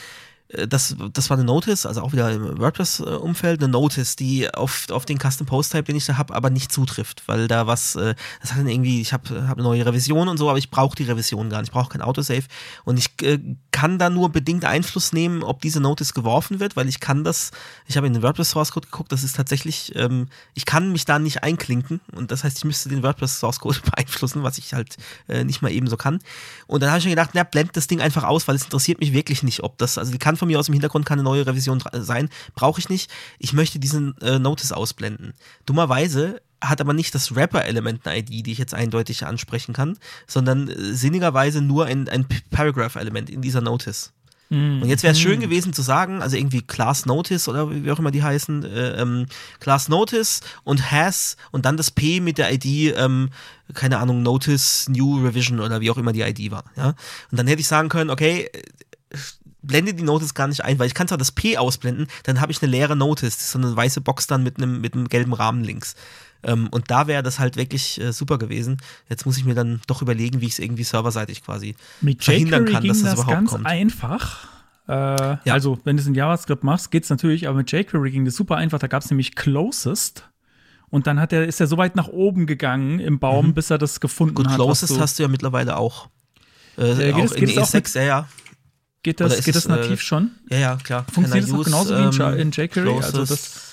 das, das war eine Notice, also auch wieder im WordPress-Umfeld, eine Notice, die auf, auf den Custom-Post-Type, den ich da habe, aber nicht zutrifft, weil da was, äh, das hat dann irgendwie, ich habe hab eine neue Revision und so, aber ich brauche die Revision gar nicht, ich brauche kein Autosave und ich äh, kann da nur bedingt Einfluss nehmen, ob diese Notice geworfen wird, weil ich kann das, ich habe in den WordPress-Source-Code geguckt, das ist tatsächlich, ähm, ich kann mich da nicht einklinken und das heißt, ich müsste den WordPress-Source-Code beeinflussen, was ich halt äh, nicht mal eben so kann. Und dann habe ich mir gedacht, na, blend das Ding einfach aus, weil es interessiert mich wirklich nicht, ob das, also die kann von mir aus im Hintergrund keine neue Revision sein, brauche ich nicht. Ich möchte diesen äh, Notice ausblenden. Dummerweise hat aber nicht das Wrapper-Element eine I D, die ich jetzt eindeutig ansprechen kann, sondern äh, sinnigerweise nur ein, ein Paragraph-Element in dieser Notice. Und jetzt wäre es schön gewesen zu sagen, also irgendwie Class Notice oder wie auch immer die heißen, äh, ähm, Class Notice und Has und dann das P mit der I D, ähm, keine Ahnung, Notice New Revision oder wie auch immer die I D war. Ja? Und dann hätte ich sagen können, okay, blende die Notice gar nicht ein, weil ich kann zwar das P ausblenden, dann habe ich eine leere Notice, das ist so eine weiße Box dann mit einem mit einem gelben Rahmen links. Ähm, und da wäre das halt wirklich äh, super gewesen. Jetzt muss ich mir dann doch überlegen, wie ich es irgendwie serverseitig quasi mit verhindern jQuery kann, dass ging das das überhaupt ganz kommt. einfach. Äh, Ja. Also, wenn du es in JavaScript machst, geht es natürlich, aber mit jQuery ging das super einfach. Da gab es nämlich Closest. Und dann hat er, ist er so weit nach oben gegangen im Baum, Mhm. bis er das gefunden Gut, hat. Closest was du- hast du ja mittlerweile auch. Äh, Äh, geht auch es- in geht es E auch sechs, ja, ja. Geht Oder das, ist geht es, das nativ äh, schon? Ja, ja, klar. Funktioniert das Can I auch genauso wie in, Ja- ähm, in jQuery? Also Closest, das,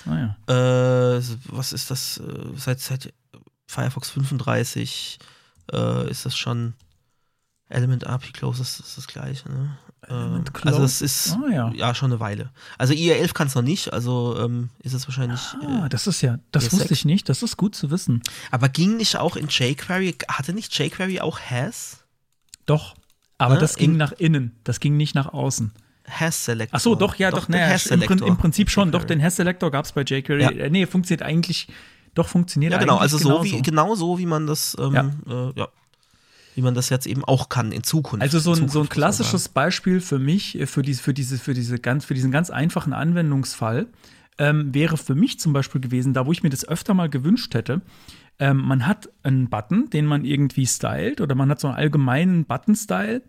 naja. Äh, was ist das? äh, Seit, seit Firefox fünfunddreißig äh, ist das schon Element A P Closest ist das gleiche, ne? Element Äh, also das ist Ah, ja. ja schon eine Weile. Also I R elf kann es noch nicht, also ähm, ist es wahrscheinlich. Ah, Äh, das ist ja, das E S wusste sechs. ich nicht. Das ist gut zu wissen. aber ging nicht auch in jQuery? Hatte nicht jQuery auch Has? Doch. Aber Ne? das ging In- nach innen. Das ging nicht nach außen. Has Selector. Ach so, doch, ja, doch, den naja, Has im, Prin- Selector im Prinzip schon. in Doch, jQuery. den Hash-Selector gab es bei jQuery. Ja. Äh, nee, funktioniert eigentlich, doch, funktioniert Ja, genau, eigentlich also so genauso. wie, genau so, wie man das, ähm, Ja. Äh, ja, wie man das jetzt eben auch kann in Zukunft. Also so ein, Zukunft, so ein muss man klassisches sagen. Beispiel für mich, äh, für, diese, für, diese, für, diese ganz, für diesen ganz einfachen Anwendungsfall, ähm, wäre für mich zum Beispiel gewesen, da wo ich mir das öfter mal gewünscht hätte, ähm, man hat einen Button, den man irgendwie stylt, oder man hat so einen allgemeinen Button-Style,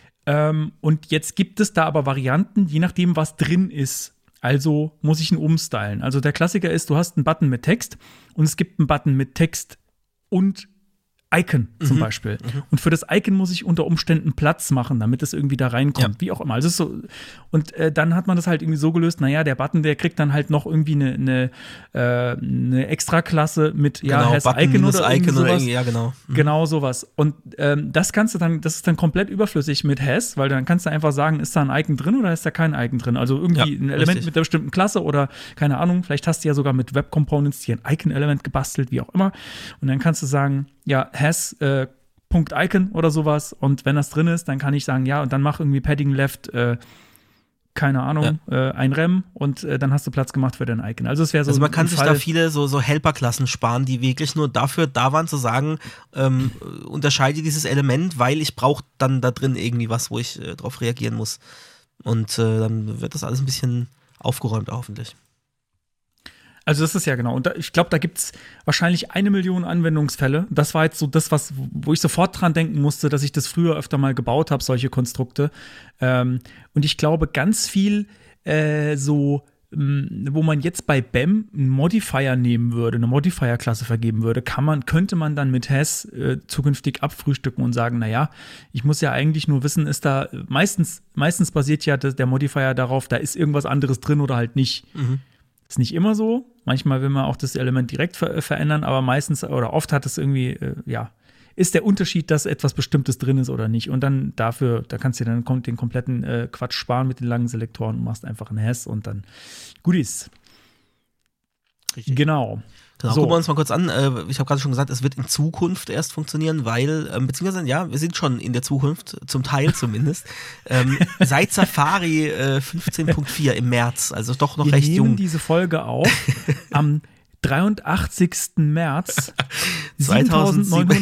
ähm, und jetzt gibt es da aber Varianten, je nachdem, was drin ist. Also muss ich ihn umstylen. Also der Klassiker ist, du hast einen Button mit Text und es gibt einen Button mit Text und Icon zum Mhm. Beispiel. Und für das Icon muss ich unter Umständen Platz machen, damit es irgendwie da reinkommt, Ja. wie auch immer. Also es ist so, und äh, dann hat man das halt irgendwie so gelöst, naja, der Button, der kriegt dann halt noch irgendwie eine, eine, äh, eine Extraklasse mit, ja, genau, has Button Icon minus oder irgendwie Icon oder sowas. irgendwie, ja, genau. Mhm. Genau sowas. Und ähm, das kannst du dann, das ist dann komplett überflüssig mit Has, weil dann kannst du einfach sagen, ist da ein Icon drin oder ist da kein Icon drin? Also irgendwie Ja, ein Element richtig. mit einer bestimmten Klasse oder keine Ahnung, vielleicht hast du ja sogar mit Web Components hier ein Icon-Element gebastelt, wie auch immer. Und dann kannst du sagen, ja, Has äh, Punkt Icon oder sowas. Und wenn das drin ist, dann kann ich sagen, ja, und dann mach irgendwie Padding Left, äh, keine Ahnung, äh, ein Rem und äh, dann hast du Platz gemacht für dein Icon. Also es wäre so Also man kann ein sich Fall, da viele so, so Helperklassen sparen, die wirklich nur dafür da waren zu sagen, ähm, unterscheide dieses Element, weil ich brauche dann da drin irgendwie was, wo ich äh, drauf reagieren muss. Und äh, dann wird das alles ein bisschen aufgeräumt, hoffentlich. Also das ist ja genau. Und da, ich glaube, da gibt es wahrscheinlich eine Million Anwendungsfälle. Das war jetzt so das, was, wo ich sofort dran denken musste, dass ich das früher öfter mal gebaut habe, solche Konstrukte. Ähm, und ich glaube, ganz viel äh, so, mh, wo man jetzt bei B E M einen Modifier nehmen würde, eine Modifier-Klasse vergeben würde, kann man, könnte man dann mit Has äh, zukünftig abfrühstücken und sagen, naja, ich muss ja eigentlich nur wissen, ist da, meistens, meistens basiert ja das, der Modifier darauf, da ist irgendwas anderes drin oder halt nicht. Mhm. Ist nicht immer so. Manchmal will man auch das Element direkt ver verändern, aber meistens oder oft hat es irgendwie, äh, ja, ist der Unterschied, dass etwas Bestimmtes drin ist oder nicht. Und dann dafür, da kannst du dir dann kom den kompletten äh, Quatsch sparen mit den langen Selektoren und machst einfach ein Has und dann Goodies. Richtig. Genau. Genau, So. gucken wir uns mal kurz an. Äh, Ich habe gerade schon gesagt, es wird in Zukunft erst funktionieren, weil, ähm, beziehungsweise, ja, wir sind schon in der Zukunft, zum Teil zumindest. ähm, seit Safari äh, fünfzehn Punkt vier im März, also doch noch Wir recht nehmen jung. diese Folge auf am dreiundachtzigsten März zweitausendsieben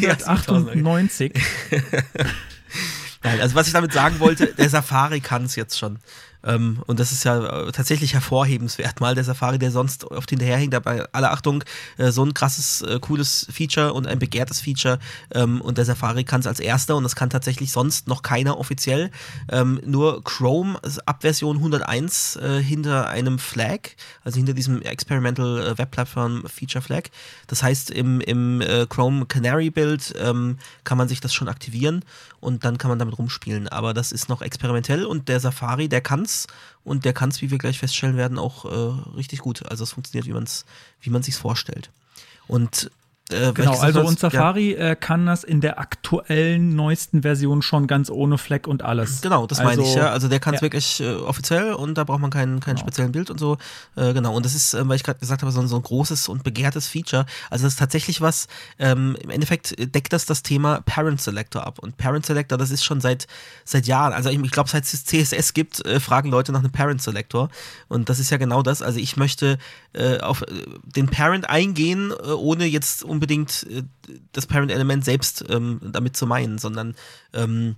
siebzehnhundertachtundneunzig. Nein, also was ich damit sagen wollte, der Safari kann es jetzt schon. Ähm, und das ist ja äh, tatsächlich hervorhebenswert. Mal der Safari, der sonst oft hinterherhinkt, dabei alle Achtung, äh, so ein krasses, äh, cooles Feature und ein begehrtes Feature. Ähm, und der Safari kann es als erster und das kann tatsächlich sonst noch keiner offiziell. Ähm, nur Chrome ab Version hunderteins äh, hinter einem Flag, also hinter diesem Experimental äh, Web Platform Feature Flag. Das heißt, im, im äh, Chrome Canary Build ähm, kann man sich das schon aktivieren und dann kann man damit rumspielen. Aber das ist noch experimentell und der Safari, der kann's und der kann's, wie wir gleich feststellen werden, auch äh, richtig gut. Also es funktioniert, wie man's, wie man sich's vorstellt. Und Äh, genau, also hast, und Safari ja. äh, kann das in der aktuellen, neuesten Version schon ganz ohne Fleck und alles. Genau, das also, meine ich, ja. Also der kann es ja. wirklich äh, offiziell und da braucht man keinen keinen Genau. speziellen Bild und so. Äh, genau, und das ist, äh, weil ich gerade gesagt habe, so ein, so ein großes und begehrtes Feature. Also das ist tatsächlich was, ähm, im Endeffekt deckt das das Thema Parent Selector ab. Und Parent Selector, das ist schon seit, seit Jahren, also ich, ich glaube, seit es C S S gibt, äh, fragen Leute nach einem Parent Selector. Und das ist ja genau das. Also ich möchte äh, auf äh, den Parent eingehen, äh, ohne jetzt unbedingt äh, das Parent-Element selbst ähm, damit zu meinen, sondern ähm,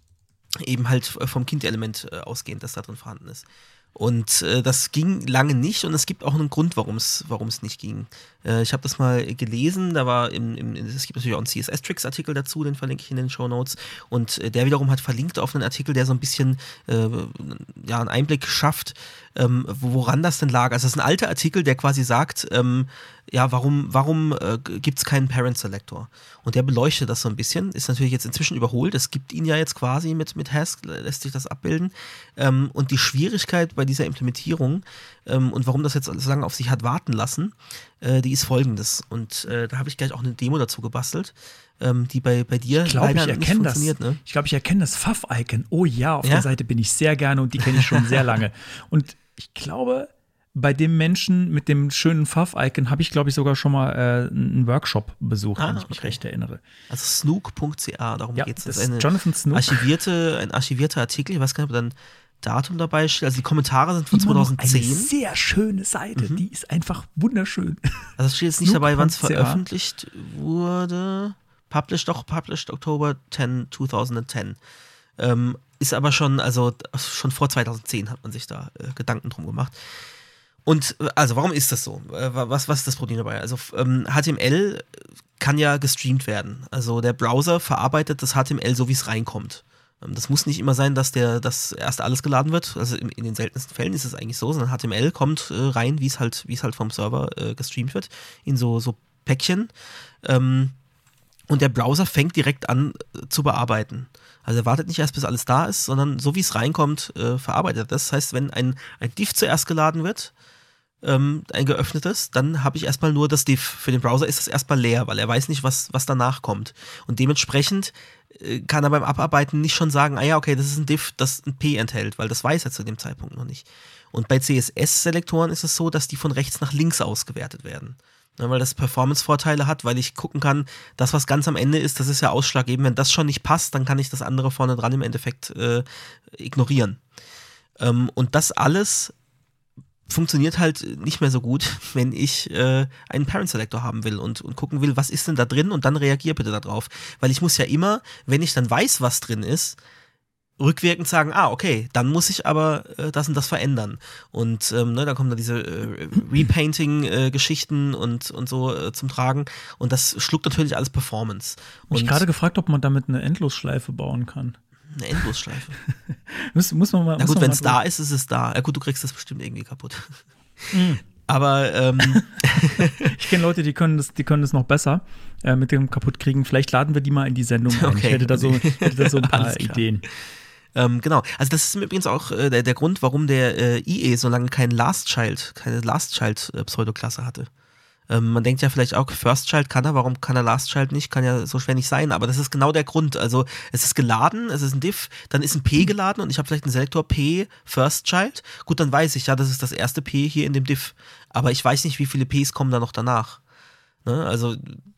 eben halt vom Kind-Element äh, ausgehend, das da drin vorhanden ist. Und äh, das ging lange nicht und es gibt auch einen Grund, warum es warum es nicht ging. Äh, ich habe das mal gelesen, da war im, im, es gibt natürlich auch einen C S S-Tricks-Artikel dazu, den verlinke ich in den Shownotes. Und äh, der wiederum hat verlinkt auf einen Artikel, der so ein bisschen äh, ja, einen Einblick schafft, ähm, woran das denn lag. Also das ist ein alter Artikel, der quasi sagt, ähm, ja, warum, warum äh, gibt es keinen Parent Selector? Und der beleuchtet das so ein bisschen, ist natürlich jetzt inzwischen überholt, es gibt ihn ja jetzt quasi mit, mit Hask, lässt sich das abbilden. Ähm, und die Schwierigkeit bei dieser Implementierung ähm, und warum das jetzt so lange auf sich hat warten lassen, äh, die ist folgendes. Und äh, da habe ich gleich auch eine Demo dazu gebastelt, ähm, die bei, bei dir ich glaub, leider ich nicht das. funktioniert. Ne? Ich glaube, ich erkenne das Pfaff-Icon. Oh ja, auf Ja? der Seite bin ich sehr gerne und die kenne ich schon sehr lange. Und ich glaube, bei dem Menschen mit dem schönen Pfaff-Icon habe ich, glaube ich, sogar schon mal äh, einen Workshop besucht, Ah, wenn ich mich okay. recht erinnere. Also snook punkt c a, darum Ja, geht es. das Das ist eine ist Jonathan Snook. archivierte, ein archivierter Artikel, ich weiß gar nicht, ob da ein Datum dabei steht. Also die Kommentare sind von Immer noch zweitausendzehn. Eine sehr schöne Seite, Mhm. die ist einfach wunderschön. Also es steht jetzt nicht dabei, wann es Snook punkt c a. veröffentlicht wurde. Published, doch, published Oktober zehnten zweitausendzehn. Ähm, ist aber schon, also schon vor zweitausendzehn hat man sich da äh, Gedanken drum gemacht. Und äh, also, warum ist das so? Äh, was, was ist das Problem dabei? Also, ähm, H T M L kann ja gestreamt werden. Also, der Browser verarbeitet das H T M L so, wie es reinkommt. Ähm, das muss nicht immer sein, dass der, dass erst alles geladen wird. Also, in, in den seltensten Fällen ist es eigentlich so, sondern H T M L kommt äh, rein, wie es halt, wie es halt vom Server äh, gestreamt wird, in so, so Päckchen. Ähm, und der Browser fängt direkt an äh, zu bearbeiten. Also er wartet nicht erst, bis alles da ist, sondern so wie es reinkommt, äh, verarbeitet er das. Das heißt, wenn ein, ein Div zuerst geladen wird, ähm, ein geöffnetes, dann habe ich erstmal nur das Div. Für den Browser ist das erstmal leer, weil er weiß nicht, was, was danach kommt. Und dementsprechend äh, kann er beim Abarbeiten nicht schon sagen, ah ja, okay, das ist ein Div, das ein P enthält, weil das weiß er zu dem Zeitpunkt noch nicht. Und bei C S S-Selektoren ist es so, dass die von rechts nach links ausgewertet werden. Ja, weil das Performance-Vorteile hat, weil ich gucken kann, das, was ganz am Ende ist, das ist ja ausschlaggebend. Wenn das schon nicht passt, dann kann ich das andere vorne dran im Endeffekt äh, ignorieren. Ähm, und das alles funktioniert halt nicht mehr so gut, wenn ich äh, einen Parent Selector haben will und, und gucken will, was ist denn da drin und dann reagier bitte darauf. Weil ich muss ja immer, wenn ich dann weiß, was drin ist, rückwirkend sagen, ah, okay, dann muss ich aber äh, das und das verändern. Und ähm, ne, dann kommen da diese äh, Repainting-Geschichten äh, und, und so äh, zum Tragen. Und das schluckt natürlich alles Performance. Ich habe Und gerade gefragt, ob man damit eine Endlosschleife bauen kann. eine Endlosschleife. muss, muss man mal. Na muss gut, man wenn mal es da ist, ist es da. Ja gut, du kriegst das bestimmt irgendwie kaputt. Mhm. Aber ähm, ich kenne Leute, die können das, die können das noch besser äh, mit dem Kaputtkriegen. Vielleicht laden wir die mal in die Sendung ein. Okay. Ich hätte da so, hätte da so ein paar Alles klar. Ideen. Ähm, genau, also das ist übrigens auch äh, der, der Grund, warum der äh, I E so lange kein Last Child, keine Last Child äh, Pseudoklasse hatte. Ähm, man denkt ja vielleicht auch, First Child kann er, warum kann er Last Child nicht? Kann ja so schwer nicht sein, aber das ist genau der Grund. Also es ist geladen, es ist ein Div, dann ist ein P geladen und ich habe vielleicht einen Selektor P First Child. Gut, dann weiß ich, ja, das ist das erste P hier in dem Div. Aber ich weiß nicht, wie viele Ps kommen da noch danach. Ne? Also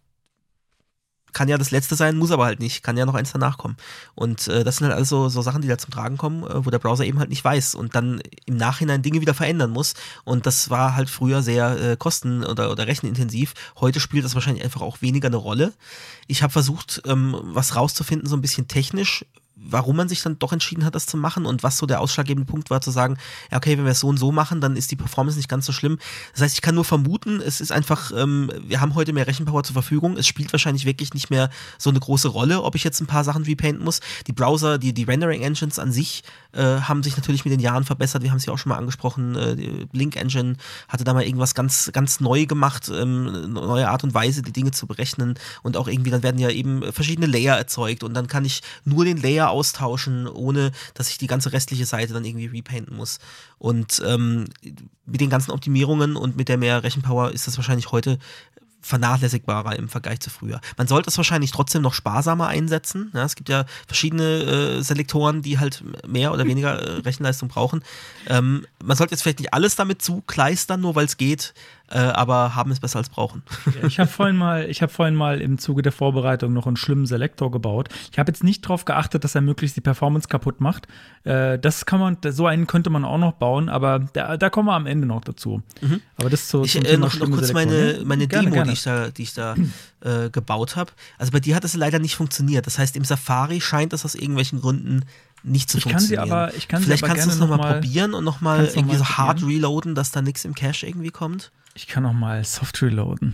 kann ja das letzte sein, muss aber halt nicht, kann ja noch eins danach kommen. Und äh, das sind halt alles so, so Sachen, die da zum Tragen kommen, äh, wo der Browser eben halt nicht weiß und dann im Nachhinein Dinge wieder verändern muss. Und das war halt früher sehr äh, kosten- oder, oder rechenintensiv. Heute spielt das wahrscheinlich einfach auch weniger eine Rolle. Ich habe versucht, ähm, was rauszufinden, so ein bisschen technisch, warum man sich dann doch entschieden hat, das zu machen und was so der ausschlaggebende Punkt war, zu sagen, ja okay, wenn wir es so und so machen, dann ist die Performance nicht ganz so schlimm. Das heißt, ich kann nur vermuten, es ist einfach, ähm, wir haben heute mehr Rechenpower zur Verfügung, es spielt wahrscheinlich wirklich nicht mehr so eine große Rolle, ob ich jetzt ein paar Sachen repainten muss. Die Browser, die, die Rendering-Engines an sich äh, haben sich natürlich mit den Jahren verbessert, wir haben es ja auch schon mal angesprochen, äh, die Blink-Engine hatte da mal irgendwas ganz, ganz neu gemacht, ähm, eine neue Art und Weise, die Dinge zu berechnen und auch irgendwie, dann werden ja eben verschiedene Layer erzeugt und dann kann ich nur den Layer austauschen, ohne dass ich die ganze restliche Seite dann irgendwie repainten muss. Und ähm, mit den ganzen Optimierungen und mit der mehr Rechenpower ist das wahrscheinlich heute vernachlässigbarer im Vergleich zu früher. Man sollte es wahrscheinlich trotzdem noch sparsamer einsetzen. Ja, es gibt ja verschiedene äh, Selektoren, die halt mehr oder weniger äh, Rechenleistung brauchen. Ähm, man sollte jetzt vielleicht nicht alles damit zukleistern, nur weil es geht, äh, aber haben es besser als brauchen. Ja, ich habe vorhin mal, ich habe vorhin mal im Zuge der Vorbereitung noch einen schlimmen Selektor gebaut. Ich habe jetzt nicht darauf geachtet, dass er möglichst die Performance kaputt macht. Äh, das kann man, so einen könnte man auch noch bauen, aber da, da kommen wir am Ende noch dazu. Mhm. Aber das so ich, äh, noch, noch kurz meine, meine gerne, Demo, gerne. die ich da, die ich da äh, gebaut habe. Also bei dir hat es leider nicht funktioniert. Das heißt, im Safari scheint es aus irgendwelchen Gründen nicht zu ich funktionieren. Kann sie aber, ich kann Vielleicht sie aber kannst du es nochmal noch probieren und nochmal irgendwie noch so hard reloaden, dass da nichts im Cache irgendwie kommt. Ich kann noch mal soft reloaden.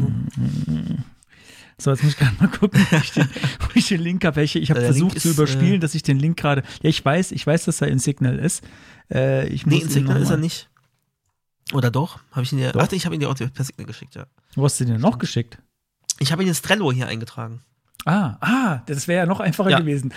Mhm. So, jetzt muss ich gerade mal gucken, ob ich den, ob ich den Link habe. Ich, ich habe versucht zu überspielen, äh, dass ich den Link gerade. Ja, ich weiß, ich weiß, dass er in Signal ist. Äh, ich nee, in Signal ist er nicht. Oder doch? Habe ich ihn dir. Doch. Warte, ich habe ihn dir auch per Signal geschickt, ja. Wo hast du den denn noch geschickt? Ich habe ihn ins Trello hier eingetragen. Ah, ah, das wäre ja noch einfacher ja. gewesen.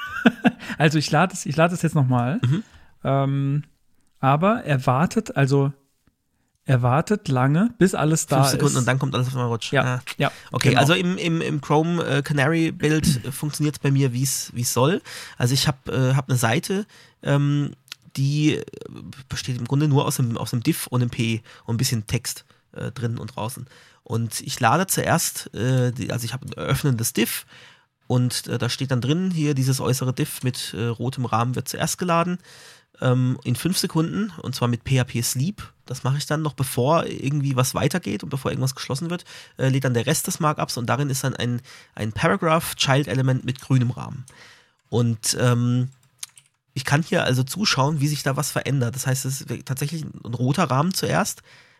Also ich lade es, ich lade es jetzt nochmal. Mhm. Ähm, aber er wartet, also er wartet lange, bis alles da Fünf Sekunden ist. Und dann kommt alles auf einmal Rutsch. Ja, ah. ja. Okay, genau. Also im, im, im Chrome äh, Canary Bild äh, funktioniert es bei mir, wie es soll. Also ich habe äh, hab eine Seite, ähm, die besteht im Grunde nur aus einem, aus einem Diff und einem P und ein bisschen Text äh, drin und draußen. Und ich lade zuerst, äh, die, also ich habe ein öffnendes Diff und äh, da steht dann drin, hier dieses äußere Diff mit äh, rotem Rahmen wird zuerst geladen. Ähm, in fünf Sekunden und zwar mit P H P Sleep. Das mache ich dann noch, bevor irgendwie was weitergeht und bevor irgendwas geschlossen wird, äh, lädt dann der Rest des Markups und darin ist dann ein, ein Paragraph-Child-Element mit grünem Rahmen. Und ähm, ich kann hier also zuschauen, wie sich da was verändert. Das heißt, es ist tatsächlich ein roter Rahmen zuerst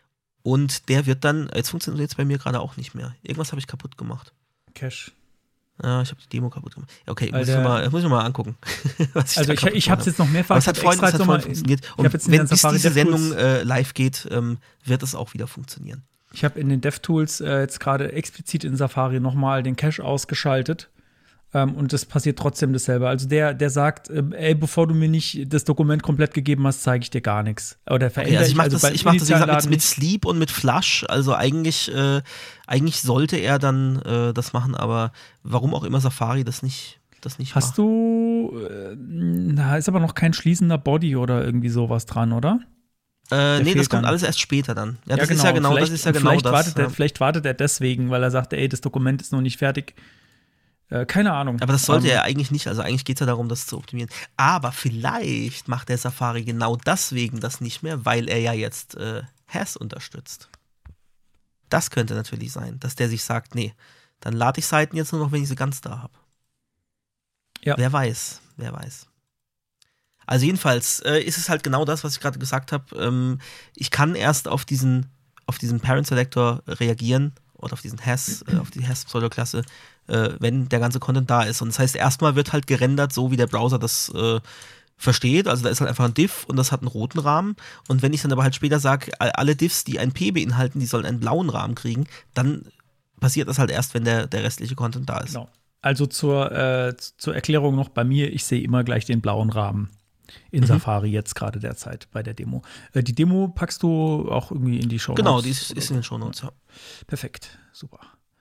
und der wird dann, jetzt funktioniert jetzt bei mir gerade auch nicht mehr. Irgendwas habe ich kaputt gemacht. Cache. Ja, ich habe die Demo kaputt gemacht. Okay, muss ich, mal, muss ich mal angucken. Was ich also ich, ich habe es jetzt noch mehrfach. Es hat vorhin, es hat vorhin funktioniert. Und wenn bis diese Sendung äh, live geht, ähm, wird es auch wieder funktionieren. Ich habe in den DevTools äh, jetzt gerade explizit in Safari nochmal den Cache ausgeschaltet. Ähm, und das passiert trotzdem dasselbe. Also der, der sagt, äh, ey, bevor du mir nicht das Dokument komplett gegeben hast, zeige ich dir gar nichts. Oder verändere okay, also ich. Mache also das, ich mach das wie gesagt, mit, mit Sleep und mit Flush. Also eigentlich, äh, eigentlich sollte er dann äh, das machen, aber warum auch immer Safari das nicht, das nicht Hast macht. du, äh, da ist aber noch kein schließender Body oder irgendwie sowas dran, oder? Äh, nee, das kommt dann alles erst später dann. Ja, das ja, genau. ist ja genau vielleicht, das. Ist ja genau vielleicht, das wartet ja. er, vielleicht wartet er deswegen, weil er sagte, ey, das Dokument ist noch nicht fertig. Äh, keine Ahnung. Aber das sollte um, er eigentlich nicht. Also eigentlich geht es ja darum, das zu optimieren. Aber vielleicht macht der Safari genau deswegen das nicht mehr, weil er ja jetzt äh, Hash unterstützt. Das könnte natürlich sein, dass der sich sagt, nee, dann lade ich Seiten jetzt nur noch, wenn ich sie ganz da habe. Ja. Wer weiß, wer weiß. Also jedenfalls äh, ist es halt genau das, was ich gerade gesagt habe. Ähm, ich kann erst auf diesen, auf diesen Parent Selector reagieren oder auf diesen Hash, äh, auf die Hash-Pseudoklasse, äh, wenn der ganze Content da ist. Und das heißt, erstmal wird halt gerendert, so wie der Browser das äh, versteht. Also da ist halt einfach ein Div und das hat einen roten Rahmen. Und wenn ich dann aber halt später sage, alle Divs, die ein P beinhalten, die sollen einen blauen Rahmen kriegen, dann passiert das halt erst, wenn der, der restliche Content da ist. Genau. Also zur, äh, zur Erklärung noch bei mir, ich sehe immer gleich den blauen Rahmen in mhm. Safari jetzt gerade derzeit bei der Demo. Äh, die Demo packst du auch irgendwie in die Shownotes? Genau, die ist, ist in den Shownotes, ja. Perfekt, super.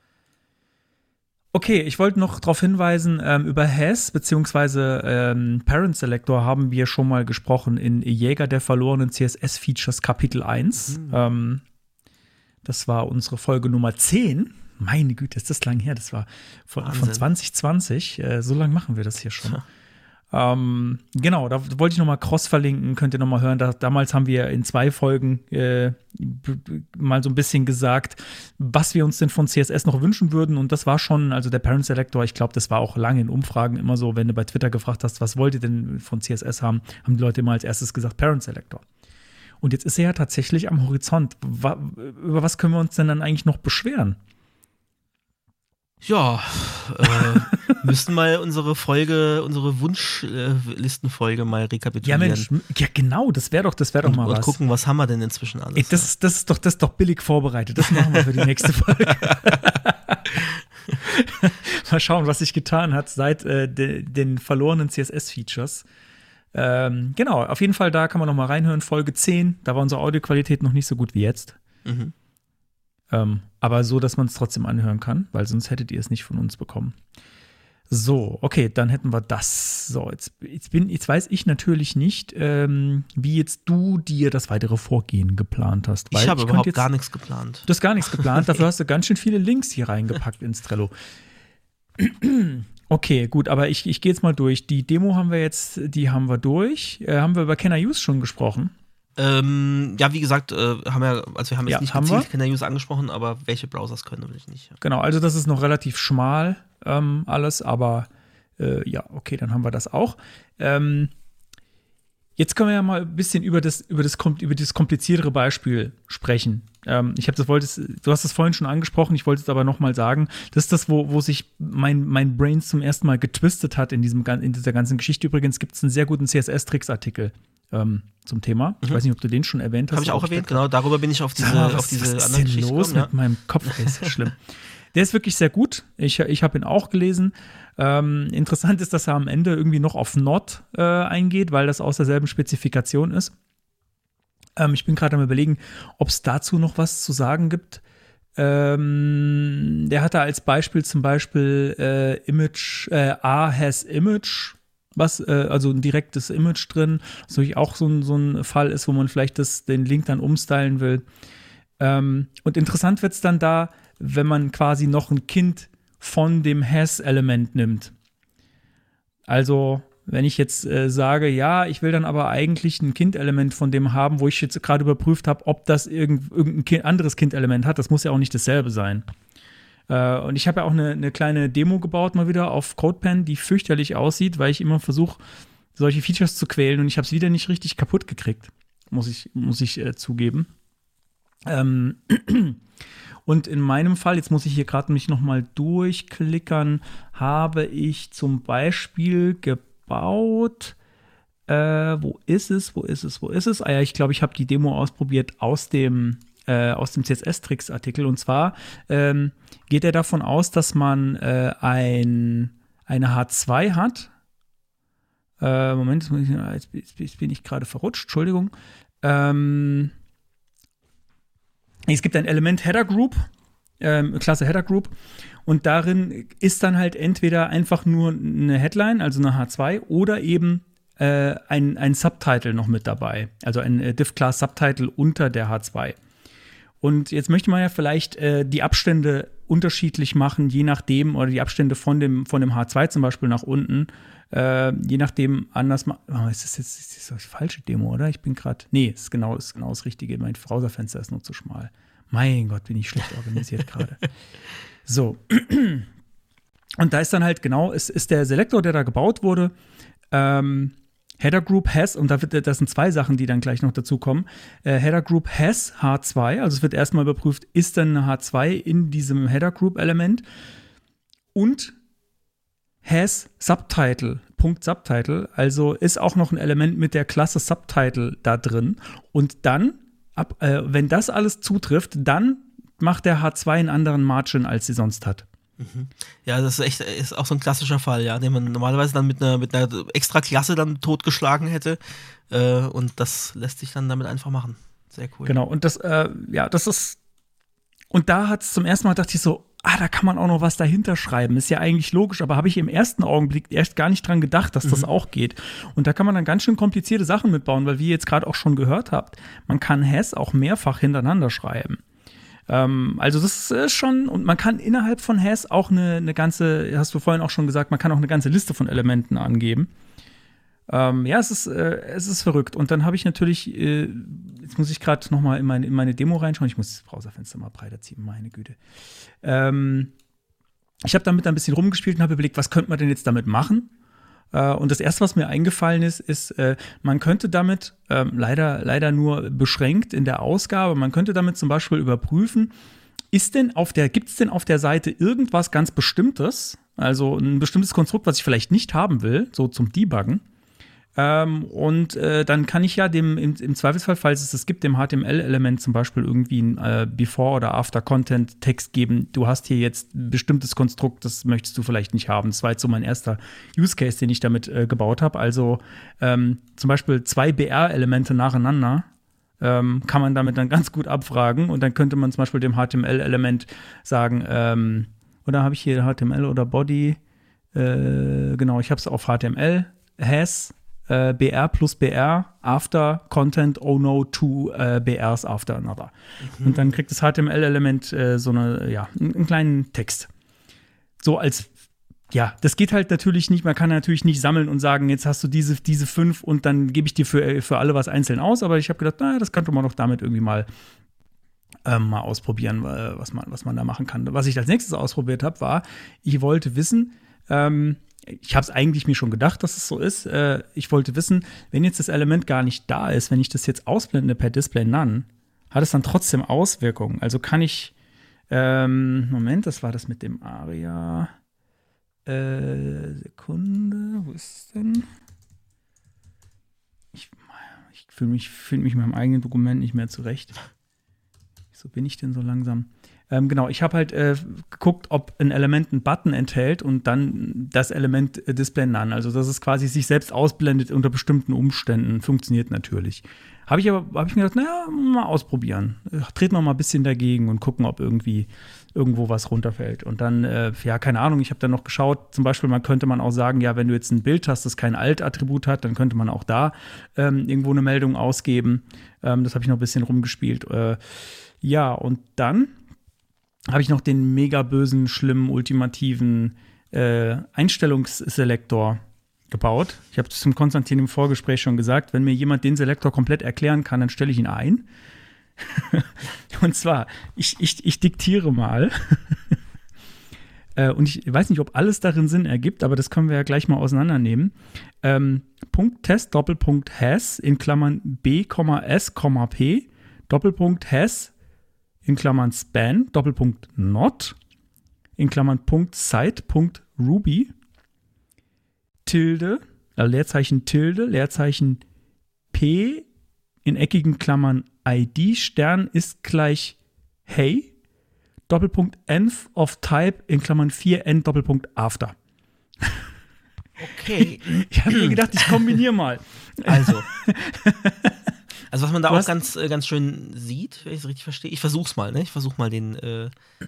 Okay, ich wollte noch darauf hinweisen, ähm, über Hash bzw. Ähm, Parent Selector haben wir schon mal gesprochen in Jäger der verlorenen C S S-Features Kapitel eins. Mhm. Ähm, das war unsere Folge Nummer zehn. Meine Güte, ist das lang her. Das war von, von zwanzig zwanzig. Äh, so lange machen wir das hier schon. Ja. Ähm, genau, da wollte ich nochmal Cross verlinken, könnt ihr nochmal hören. Da, damals haben wir in zwei Folgen äh, b- b- mal so ein bisschen gesagt, was wir uns denn von C S S noch wünschen würden. Und das war schon, also der Parent Selector, ich glaube, das war auch lange in Umfragen immer so, wenn du bei Twitter gefragt hast, was wollt ihr denn von C S S haben, haben die Leute immer als erstes gesagt, Parent Selector. Und jetzt ist er ja tatsächlich am Horizont. Wa- über was können wir uns denn dann eigentlich noch beschweren? Ja, äh, müssten mal unsere Folge, unsere Wunschlistenfolge mal Ja, rekapitulieren. Mensch, ja genau, das wäre doch, das wäre doch und, mal und was. gucken, was haben wir denn inzwischen alles. Ey, das, das, ist doch, das ist doch billig vorbereitet. Das machen wir für die nächste Folge. Mal schauen, was sich getan hat seit äh, de, den verlorenen C S S-Features. Ähm, genau, auf jeden Fall, da kann man noch mal reinhören. Folge zehn, da war unsere Audioqualität noch nicht so gut wie jetzt. Mhm. Ähm, aber so, dass man es trotzdem anhören kann, weil sonst hättet ihr es nicht von uns bekommen. So, okay, dann hätten wir das. So, jetzt, jetzt, bin, jetzt weiß ich natürlich nicht, ähm, wie jetzt du dir das weitere Vorgehen geplant hast. Weil Ich habe könnte überhaupt jetzt, gar nichts geplant. Du hast gar nichts geplant, dafür hast du ganz schön viele Links hier reingepackt ins Trello. Okay, gut, aber ich, ich gehe jetzt mal durch. Die Demo haben wir jetzt, die haben wir durch. Äh, haben wir über Can I Use schon gesprochen? Ähm, ja, wie gesagt, äh, haben wir, also wir haben jetzt Ja, nicht haben gezielt wir. Can I Use angesprochen, aber welche Browsers können will ich nicht. Ja. Genau, also das ist noch relativ schmal ähm, alles, aber äh, ja, okay, dann haben wir das auch. Ähm, jetzt können wir ja mal ein bisschen über das, über das, über das kompliziertere Beispiel sprechen. Ähm, ich habe das wolltest, du hast das vorhin schon angesprochen, ich wollte es aber noch mal sagen. Das ist das, wo, wo sich mein, mein Brain zum ersten Mal getwistet hat in, diesem, in dieser ganzen Geschichte. Übrigens gibt es einen sehr guten C S S-Tricks-Artikel ähm, zum Thema. Ich Mhm. weiß nicht, ob du den schon erwähnt hast. Habe ich auch erwähnt, genau. Darüber bin ich auf diese, Sag mal, was, auf diese was ist andere denn Geschichte los gekommen, mit meinem Kopf? Ey, ist ja schlimm. Der ist wirklich sehr gut. Ich, ich habe ihn auch gelesen. Ähm, interessant ist, dass er am Ende irgendwie noch auf Not äh, eingeht, weil das aus derselben Spezifikation ist. Ähm, ich bin gerade am Überlegen, ob es dazu noch was zu sagen gibt. Ähm, der hatte als Beispiel zum Beispiel äh, Image, äh, A has Image, was, äh, also ein direktes Image drin, was natürlich auch so ein, so ein Fall ist, wo man vielleicht das, den Link dann umstylen will. Ähm, und interessant wird es dann da, wenn man quasi noch ein Kind von dem Has-Element nimmt. Also, wenn ich jetzt äh, sage, ja, ich will dann aber eigentlich ein Kind-Element von dem haben, wo ich jetzt gerade überprüft habe, ob das irgend, irgendein kind, anderes Kind-Element hat, das muss ja auch nicht dasselbe sein. Äh, und ich habe ja auch eine, eine kleine Demo gebaut, mal wieder auf CodePen, die fürchterlich aussieht, weil ich immer versuche, solche Features zu quälen und ich habe es wieder nicht richtig kaputt gekriegt, muss ich, muss ich äh, zugeben. Ähm, und in meinem Fall, jetzt muss ich hier gerade mich noch mal durchklickern, habe ich zum Beispiel gebaut, äh, wo ist es, wo ist es, wo ist es? Ah ja, ich glaube, ich habe die Demo ausprobiert aus dem, äh, aus dem C S S-Tricks-Artikel. Und zwar ähm, geht er davon aus, dass man äh, ein, eine H zwei hat. Äh, Moment, jetzt, muss ich, jetzt, jetzt bin ich gerade verrutscht, Entschuldigung. Ähm, Es gibt ein Element Header Group, ähm, Klasse Header Group, und darin ist dann halt entweder einfach nur eine Headline, also eine H zwei, oder eben äh, ein, ein Subtitle noch mit dabei, also ein äh, Div-Class Subtitle unter der H zwei. Und jetzt möchte man ja vielleicht äh, die Abstände unterschiedlich machen, je nachdem, oder die Abstände von dem, von dem H zwei zum Beispiel nach unten, äh, je nachdem anders machen. Oh, ist das jetzt ist das die falsche Demo, oder? Ich bin gerade. Nee, ist genau, ist genau das Richtige. Mein Browserfenster ist nur zu schmal. Mein Gott, bin ich schlecht organisiert gerade. So. Und da ist dann halt genau, es ist der Selektor, der da gebaut wurde. Ähm, Header Group has, und da wird, das sind zwei Sachen, die dann gleich noch dazu kommen. Äh, Header Group has H zwei, also es wird erstmal überprüft, ist dann eine H zwei in diesem Header Group Element. Und has Subtitle, Punkt Subtitle, also ist auch noch ein Element mit der Klasse Subtitle da drin. Und dann, ab, äh, wenn das alles zutrifft, dann macht der H zwei einen anderen Margin, als sie sonst hat. Ja, das ist echt ist auch so ein klassischer Fall, ja, den man normalerweise dann mit einer, mit einer extra Klasse dann totgeschlagen hätte. Äh, und das lässt sich dann damit einfach machen. Sehr cool. Genau, und das, äh, ja, das ist. Und da hat es zum ersten Mal, dachte ich so, ah, da kann man auch noch was dahinter schreiben. Ist ja eigentlich logisch, aber habe ich im ersten Augenblick erst gar nicht dran gedacht, dass das mhm. auch geht. Und da kann man dann ganz schön komplizierte Sachen mitbauen, weil wie ihr jetzt gerade auch schon gehört habt, man kann Has auch mehrfach hintereinander schreiben. Ähm, also das ist schon, und man kann innerhalb von Has auch eine, eine ganze, hast du vorhin auch schon gesagt, man kann auch eine ganze Liste von Elementen angeben. Ähm, ja, es ist, äh, es ist verrückt. Und dann habe ich natürlich, äh, jetzt muss ich gerade noch mal in meine, in meine Demo reinschauen. Ich muss das Browserfenster mal breiter ziehen, meine Güte. Ähm, ich habe damit ein bisschen rumgespielt und habe überlegt, was könnte man denn jetzt damit machen? Äh, und das Erste, was mir eingefallen ist, ist, äh, man könnte damit, äh, leider, leider nur beschränkt in der Ausgabe, man könnte damit zum Beispiel überprüfen, ist denn auf der, gibt es denn auf der Seite irgendwas ganz Bestimmtes, also ein bestimmtes Konstrukt, was ich vielleicht nicht haben will, so zum Debuggen? Ähm, und äh, dann kann ich ja dem im, im Zweifelsfall, falls es das gibt, dem H T M L-Element zum Beispiel irgendwie ein äh, Before- oder After-Content-Text geben. Du hast hier jetzt ein bestimmtes Konstrukt, das möchtest du vielleicht nicht haben. Das war jetzt so mein erster Use-Case, den ich damit äh, gebaut habe. Also ähm, zum Beispiel zwei B R-Elemente nacheinander ähm, kann man damit dann ganz gut abfragen. Und dann könnte man zum Beispiel dem H T M L-Element sagen, ähm, oder habe ich hier H T M L oder Body? Äh, genau, ich habe es auf H T M L, has Uh, B R plus B R after content oh no two uh, B Rs after another. Mhm. Und dann kriegt das H T M L-Element äh, so eine, ja, einen, einen kleinen Text. So als, ja, das geht halt natürlich nicht, man kann natürlich nicht sammeln und sagen, jetzt hast du diese, diese fünf und dann gebe ich dir für, für alle was einzeln aus, aber ich habe gedacht, naja, das könnte man doch damit irgendwie mal ähm, mal ausprobieren, äh, was man, was man da machen kann. Was ich als nächstes ausprobiert habe, war, ich wollte wissen, ähm, ich habe es eigentlich mir schon gedacht, dass es so ist. Äh, ich wollte wissen, wenn jetzt das Element gar nicht da ist, wenn ich das jetzt ausblende per Display None, hat es dann trotzdem Auswirkungen. Also kann ich, ähm, Moment, das war das mit dem Aria. Äh, Sekunde, wo ist es denn? Ich, ich fühle mich, fühl mich mit meinem eigenen Dokument nicht mehr zurecht. Wieso bin ich denn so langsam? Ähm, genau, ich habe halt äh, geguckt, ob ein Element einen Button enthält und dann das Element äh, Display None. Also, dass es quasi sich selbst ausblendet unter bestimmten Umständen. Funktioniert natürlich. Habe ich aber, habe ich mir gedacht, naja, mal ausprobieren. Treten wir mal ein bisschen dagegen und gucken, ob irgendwie irgendwo was runterfällt. Und dann, äh, ja, keine Ahnung, ich habe dann noch geschaut, zum Beispiel, man könnte man auch sagen, ja, wenn du jetzt ein Bild hast, das kein Alt-Attribut hat, dann könnte man auch da ähm, irgendwo eine Meldung ausgeben. Ähm, das habe ich noch ein bisschen rumgespielt. Äh, ja, und dann habe ich noch den mega bösen, schlimmen, ultimativen äh, Einstellungsselektor gebaut. Ich habe das zum Konstantin im Vorgespräch schon gesagt, wenn mir jemand den Selektor komplett erklären kann, dann stelle ich ihn ein. Und zwar, ich, ich, ich diktiere mal. äh, und ich weiß nicht, ob alles darin Sinn ergibt, aber das können wir ja gleich mal auseinandernehmen. Ähm, Punkt Test, Doppelpunkt Has, in Klammern B, S, P, Doppelpunkt Has, in Klammern Span, Doppelpunkt Not, in Klammern Punkt Site, Punkt Ruby, Tilde, also Leerzeichen Tilde, Leerzeichen P, in eckigen Klammern I D, Stern ist gleich Hey, Doppelpunkt Env of Type, in Klammern vier N, Doppelpunkt After. Okay. Ich habe mir gedacht, ich kombiniere mal. Also. Also was man da du auch ganz, äh, ganz schön sieht, wenn ich es richtig verstehe. Ich versuch's mal, ne? Ich versuch mal den, äh,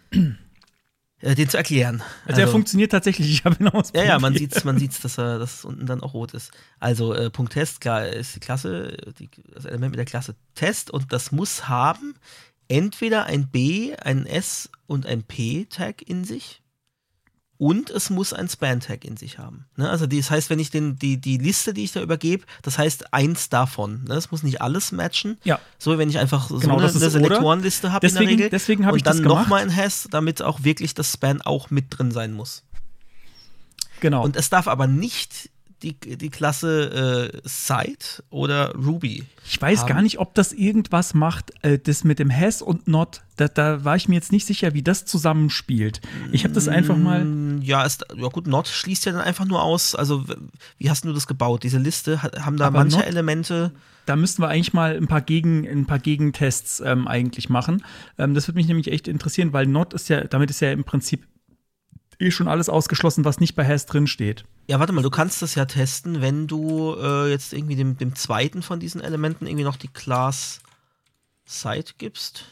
äh, den zu erklären. Also, also er funktioniert tatsächlich, ich habe ihn ausprobiert. Ja, ja, man sieht's, man sieht's, dass er, dass es unten dann auch rot ist. Also äh, Punkt Test, klar, ist die Klasse, die, das Element mit der Klasse Test und das muss haben entweder ein B, ein S und ein P-Tag in sich. Und es muss ein Span-Tag in sich haben. Ne? Also das heißt, wenn ich den, die, die Liste, die ich da übergebe, das heißt eins davon. Ne? Es muss nicht alles matchen. Ja. So, wenn ich einfach so genau, eine, eine Selektorenliste habe in der Regel. Deswegen habe ich das gemacht. Und dann nochmal ein Has, damit auch wirklich das Span auch mit drin sein muss. Genau. Und es darf aber nicht die, die Klasse äh, Site oder Ruby. Ich weiß haben. gar nicht, ob das irgendwas macht, äh, das mit dem Has und Not. Da, da war ich mir jetzt nicht sicher, wie das zusammenspielt. Ich habe das einfach mal. Ja, ist, ja gut, Not schließt ja dann einfach nur aus. Also, wie hast du das gebaut? Diese Liste, haben da Aber manche Not, Elemente. Da müssten wir eigentlich mal ein paar, Gegen, ein paar Gegentests ähm, eigentlich machen. Ähm, das würde mich nämlich echt interessieren, weil Not ist ja, damit ist ja im Prinzip eh schon alles ausgeschlossen, was nicht bei Has drin steht. Ja, warte mal, du kannst das ja testen, wenn du äh, jetzt irgendwie dem, dem zweiten von diesen Elementen irgendwie noch die Class Site gibst.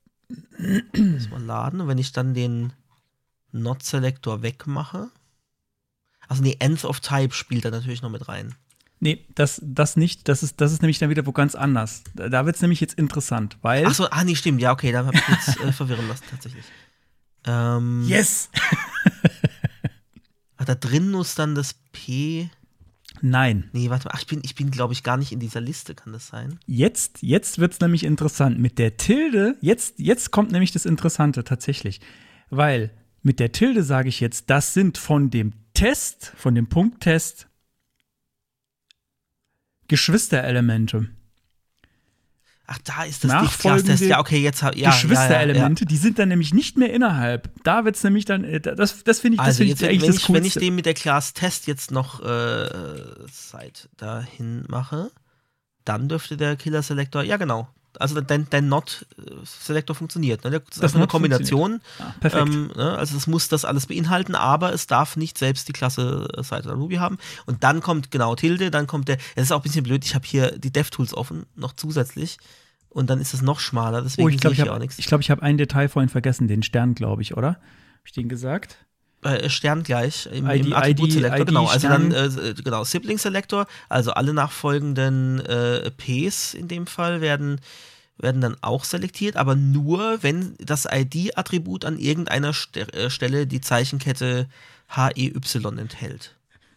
Das mal laden. Und wenn ich dann den Not-Selektor wegmache. Also nee, Nth of Type spielt da natürlich noch mit rein. Nee, das, das nicht. Das ist, das ist nämlich dann wieder wo ganz anders. Da, da wird es nämlich jetzt interessant, weil. Ach so, ah nee, stimmt. Ja, okay, da hab ich jetzt äh, verwirren lassen, tatsächlich. Ähm, yes! Ach, da drin muss dann das P. Nein. Nee, warte mal. Ach, ich bin, ich bin glaube ich, gar nicht in dieser Liste, kann das sein? Jetzt, jetzt wird es nämlich interessant. Mit der Tilde, jetzt, jetzt kommt nämlich das Interessante tatsächlich. Weil mit der Tilde sage ich jetzt, das sind von dem Test, von dem Punkttest Geschwisterelemente. Ach, da ist das Nachfolgende Test. Ja, okay, jetzt hab, ja, Geschwisterelemente, ja, ja. die sind dann nämlich nicht mehr innerhalb. Da wird es nämlich dann, das, das finde ich, das also find jetzt, ich eigentlich wenn das ich, Coolste. Wenn ich den mit der Class Test jetzt noch äh, Zeit dahin mache, dann dürfte der Killer Selector, ja genau, also dein, dein Not-Selektor funktioniert. Ne? Das ist Das einfach eine Not Kombination. Ah, perfekt. Ähm, ne? Also es muss das alles beinhalten, aber es darf nicht selbst die Klasse äh, Cython oder Ruby haben. Und dann kommt genau Tilde, dann kommt der, das ist auch ein bisschen blöd, ich habe hier die DevTools offen, noch zusätzlich. Und dann ist es noch schmaler, deswegen oh, ich glaube, ich sehe habe auch nichts. ich, glaub, ich habe ein Detail vorhin vergessen, den Stern, glaube ich, oder? Habe ich den gesagt? Äh, Stern gleich im, I D, im Attribut-Selektor, I D, genau. Also dann, Stern. äh, genau, Sibling-Selektor, also alle nachfolgenden äh, Ps in dem Fall werden, werden dann auch selektiert, aber nur, wenn das I D-Attribut an irgendeiner St- äh, Stelle die Zeichenkette H E Y enthält.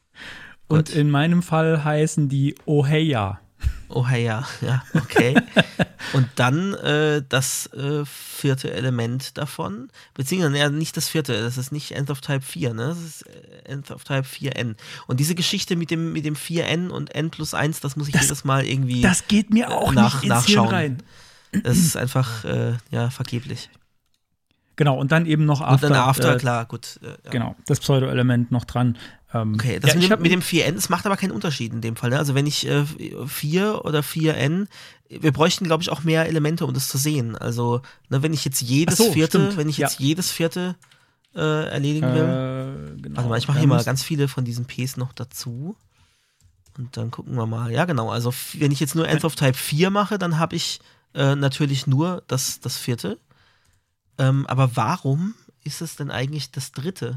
Und Gut. in meinem Fall heißen die Oheya. Oh ja, ja, okay. Und dann äh, das äh, vierte Element davon, beziehungsweise ja, nicht das vierte, das ist nicht Nth of Type vier, ne? Das ist äh, Nth of Type vier N. Und diese Geschichte mit dem, mit dem vier N und N plus eins, das muss ich Das- jedes Mal irgendwie Das geht mir auch nach- nicht ins Hirn nachschauen. rein. Das ist einfach, äh, ja, vergeblich. Genau, und dann eben noch After. und dann After, äh, klar, gut. Äh, ja. Genau, das Pseudo-Element noch dran. Ähm, Okay, das ja, mit, ich dem, hab, mit dem vier N, das macht aber keinen Unterschied in dem Fall. Ne? Also wenn ich äh, vier oder vier N, wir bräuchten, glaube ich, auch mehr Elemente, um das zu sehen. Also, ne, wenn ich jetzt jedes Ach so, vierte, stimmt. wenn ich jetzt Ja. jedes vierte äh, erledigen will. äh, genau. Warte mal, ich mache Da hier mal muss- ganz viele von diesen Ps noch dazu. Und dann gucken wir mal. Ja, genau. Also, f- wenn ich jetzt nur Nth of Type vier mache, dann habe ich äh, natürlich nur das, das vierte. Ähm, aber warum ist es denn eigentlich das dritte?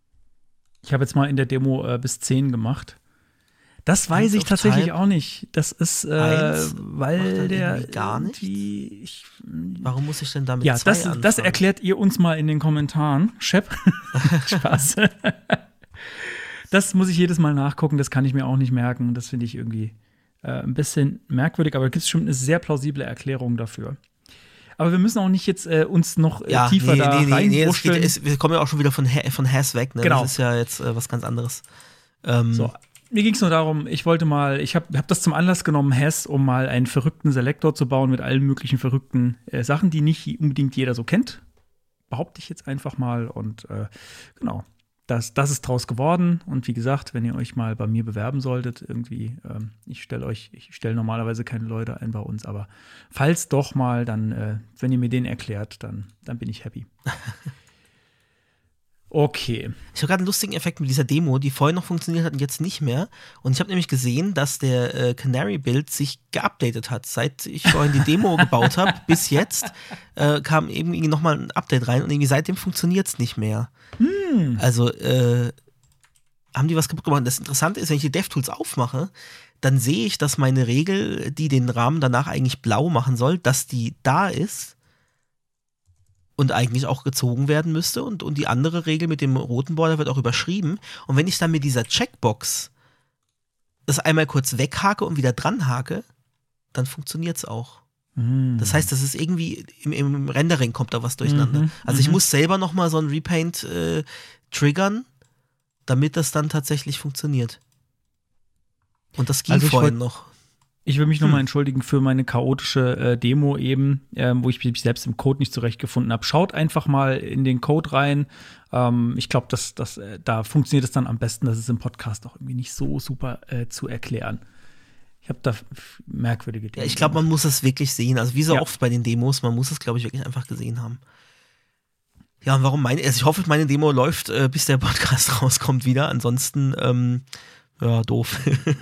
Ich habe jetzt mal in der Demo äh, bis zehn gemacht. Das weiß Eins ich auf tatsächlich Type auch nicht. Das ist, äh, eins macht weil dann der irgendwie gar nichts? irgendwie- Ich, Warum muss ich denn damit ja, zwei das, anfangen? das erklärt ihr uns mal in den Kommentaren. Shep. Spaß. Das muss ich jedes Mal nachgucken, das kann ich mir auch nicht merken. Das finde ich irgendwie äh, ein bisschen merkwürdig, aber da gibt es schon eine sehr plausible Erklärung dafür. Aber wir müssen auch nicht jetzt äh, uns noch äh, ja, tiefer nee, da nee, nee, nee, es geht, reinwurschteln. es, wir kommen ja auch schon wieder von, ha von Hass weg. Ne? Genau. Das ist ja jetzt äh, was ganz anderes. Ähm, So, mir ging es nur darum, ich wollte mal, ich habe hab das zum Anlass genommen, Hass, um mal einen verrückten Selektor zu bauen mit allen möglichen verrückten äh, Sachen, die nicht unbedingt jeder so kennt. Behaupte ich jetzt einfach mal. Und äh, genau, das, das ist draus geworden. Und wie gesagt, wenn ihr euch mal bei mir bewerben solltet, irgendwie, ähm, ich stelle euch, ich stelle normalerweise keine Leute ein bei uns, aber falls doch mal, dann, äh, wenn ihr mir den erklärt, dann, dann bin ich happy. Okay. Ich habe gerade einen lustigen Effekt mit dieser Demo, die vorhin noch funktioniert hat und jetzt nicht mehr. Und ich habe nämlich gesehen, dass der äh, Canary-Build sich geupdatet hat. Seit ich vorhin die Demo gebaut habe, bis jetzt äh, kam eben irgendwie nochmal ein Update rein und irgendwie seitdem funktioniert es nicht mehr. Hm. Also äh, haben die was kaputt gemacht. Das Interessante ist, wenn ich die DevTools aufmache, dann sehe ich, dass meine Regel, die den Rahmen danach eigentlich blau machen soll, dass die da ist und eigentlich auch gezogen werden müsste und, und die andere Regel mit dem roten Border wird auch überschrieben. Und wenn ich dann mit dieser Checkbox das einmal kurz weghake und wieder dran hake, dann funktioniert es auch. Hm. Das heißt, das ist irgendwie im, im Rendering kommt da was durcheinander. Mhm, also ich mhm. muss selber nochmal so ein Repaint äh, triggern, damit das dann tatsächlich funktioniert. Und das ging Also ich vorhin wollt- noch. Ich will mich Hm. nochmal entschuldigen für meine chaotische äh, Demo eben, ähm, wo ich mich selbst im Code nicht zurechtgefunden habe. Schaut einfach mal in den Code rein. Ähm, ich glaube, dass, dass, äh, da funktioniert es dann am besten. Das ist im Podcast auch irgendwie nicht so super äh, zu erklären. Ich habe da f- merkwürdige Dinge Ja, ich glaube, man gemacht. muss es wirklich sehen. Also wie so Ja. oft bei den Demos, man muss es, glaube ich, wirklich einfach gesehen haben. Ja, und warum meine, also ich hoffe, meine Demo läuft, äh, bis der Podcast rauskommt wieder. Ansonsten, ähm, ja, doof.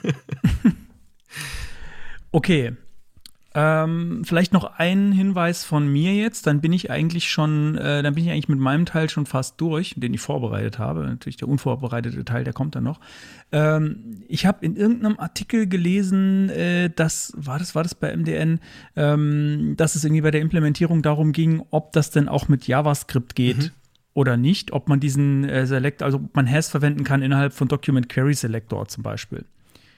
Okay. Ähm, vielleicht noch ein Hinweis von mir jetzt, dann bin ich eigentlich schon, äh, dann bin ich eigentlich mit meinem Teil schon fast durch, den ich vorbereitet habe. Natürlich der unvorbereitete Teil, der kommt dann noch. Ähm, ich habe in irgendeinem Artikel gelesen, äh, das war das war das bei M D N, ähm, dass es irgendwie bei der Implementierung darum ging, ob das denn auch mit JavaScript geht Mhm. oder nicht, ob man diesen äh, Select, also ob man Hash verwenden kann innerhalb von Document Query Selector zum Beispiel.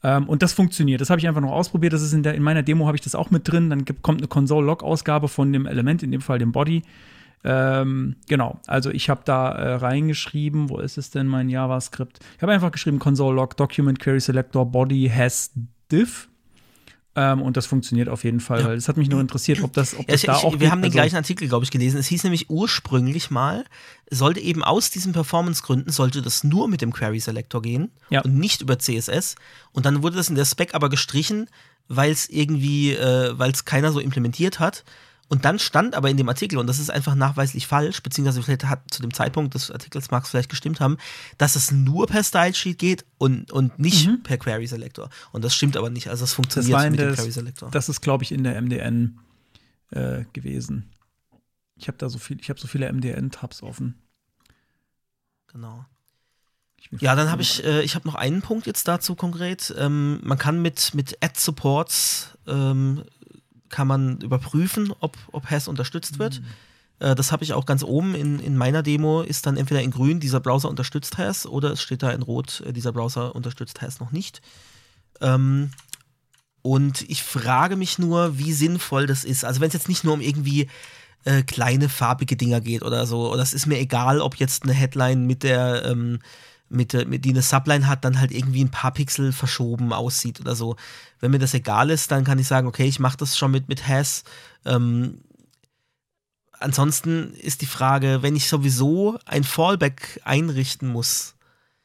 Ähm, und das funktioniert. Das habe ich einfach noch ausprobiert. Das ist in, der, in meiner Demo habe ich das auch mit drin. Dann gibt, kommt eine Console-Log-Ausgabe von dem Element, in dem Fall dem Body. Ähm, genau, also ich habe da äh, reingeschrieben, wo ist es denn, mein JavaScript? Ich habe einfach geschrieben, Console-Log, Document Query Selector, Body has div. Ähm, und das funktioniert auf jeden Fall, ja. weil es hat mich nur interessiert, ob das, ob ja, das ich, da ich, auch Wir geht. haben den also, gleichen Artikel, glaube ich, gelesen. Es hieß nämlich ursprünglich mal, sollte eben aus diesen Performance-Gründen, sollte das nur mit dem Query Selector gehen ja. und nicht über C S S. Und dann wurde das in der Spec aber gestrichen, weil es irgendwie, äh, weil es keiner so implementiert hat. Und dann stand aber in dem Artikel, und das ist einfach nachweislich falsch, beziehungsweise vielleicht hat zu dem Zeitpunkt des Artikels mag es vielleicht gestimmt haben, dass es nur per Stylesheet geht und, und nicht mhm. per Query Selector. Und das stimmt aber nicht. Also es funktioniert das mit des, dem Query Selector. Das ist, glaube ich, in der M D N äh, gewesen. Ich habe da so viel, ich habe so viele M D N-Tabs offen. Genau. Ja, dann habe ich, äh, ich habe noch einen Punkt jetzt dazu konkret. Ähm, man kann mit, mit Add-Supports ähm, kann man überprüfen, ob, ob Has unterstützt wird. Mhm. Äh, das habe ich auch ganz oben in, in meiner Demo, ist dann entweder in grün, dieser Browser unterstützt Has, oder es steht da in rot, äh, dieser Browser unterstützt Has noch nicht. Ähm, und ich frage mich nur, wie sinnvoll das ist. Also wenn es jetzt nicht nur um irgendwie äh, kleine farbige Dinger geht oder so, oder es ist mir egal, ob jetzt eine Headline mit der ähm, Mit, mit, die eine Subline hat, dann halt irgendwie ein paar Pixel verschoben aussieht oder so. Wenn mir das egal ist, dann kann ich sagen, okay, ich mache das schon mit, mit Has. Ähm, ansonsten ist die Frage, wenn ich sowieso ein Fallback einrichten muss,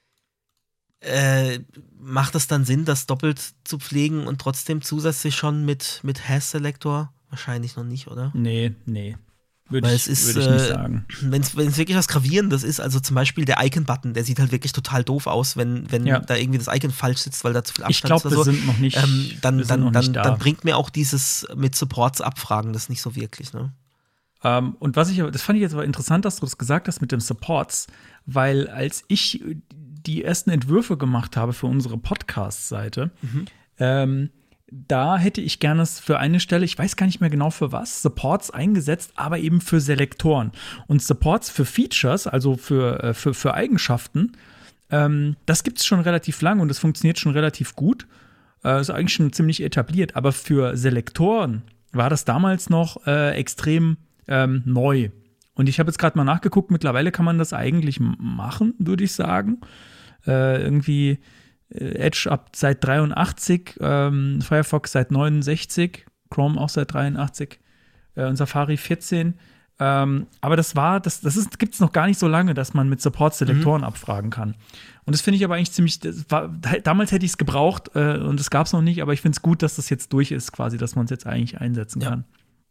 äh, macht es dann Sinn, das doppelt zu pflegen und trotzdem zusätzlich schon mit, mit Has-Selektor? Wahrscheinlich noch nicht, oder? Nee, nee. Würde Weil ich, es ist, würd ich nicht äh, sagen. Wenn es wirklich was Gravierendes ist, also zum Beispiel der Icon-Button, der sieht halt wirklich total doof aus, wenn, wenn ja. da irgendwie das Icon falsch sitzt, weil da zu viel Abstand ich glaub, ist oder so. Wir sind noch nicht, ähm, dann, wir sind dann, noch dann, nicht da. dann bringt mir auch dieses mit Supports abfragen das nicht so wirklich, ne? Ähm, und was ich, das fand ich jetzt aber interessant, dass du das gesagt hast mit dem Supports, weil als ich die ersten Entwürfe gemacht habe für unsere Podcast-Seite, mhm. ähm, da hätte ich gerne für eine Stelle, ich weiß gar nicht mehr genau für was, Supports eingesetzt, aber eben für Selektoren. Und Supports für Features, also für, für, für Eigenschaften, ähm, das gibt es schon relativ lang und das funktioniert schon relativ gut. Äh, ist eigentlich schon ziemlich etabliert. Aber für Selektoren war das damals noch äh, extrem ähm, neu. Und ich habe jetzt gerade mal nachgeguckt, mittlerweile kann man das eigentlich machen, würde ich sagen. Äh, irgendwie Edge ab seit dreiundachtzig, ähm, Firefox seit neunundsechzig, Chrome auch seit dreiundachtzig äh, und Safari vierzehn. Ähm, aber das war, das, das gibt es noch gar nicht so lange, dass man mit Support-Selektoren mhm. abfragen kann. Und das finde ich aber eigentlich ziemlich, das war, damals hätte ich es gebraucht äh, und das gab es noch nicht, aber ich finde es gut, dass das jetzt durch ist, quasi, dass man es jetzt eigentlich einsetzen ja. kann.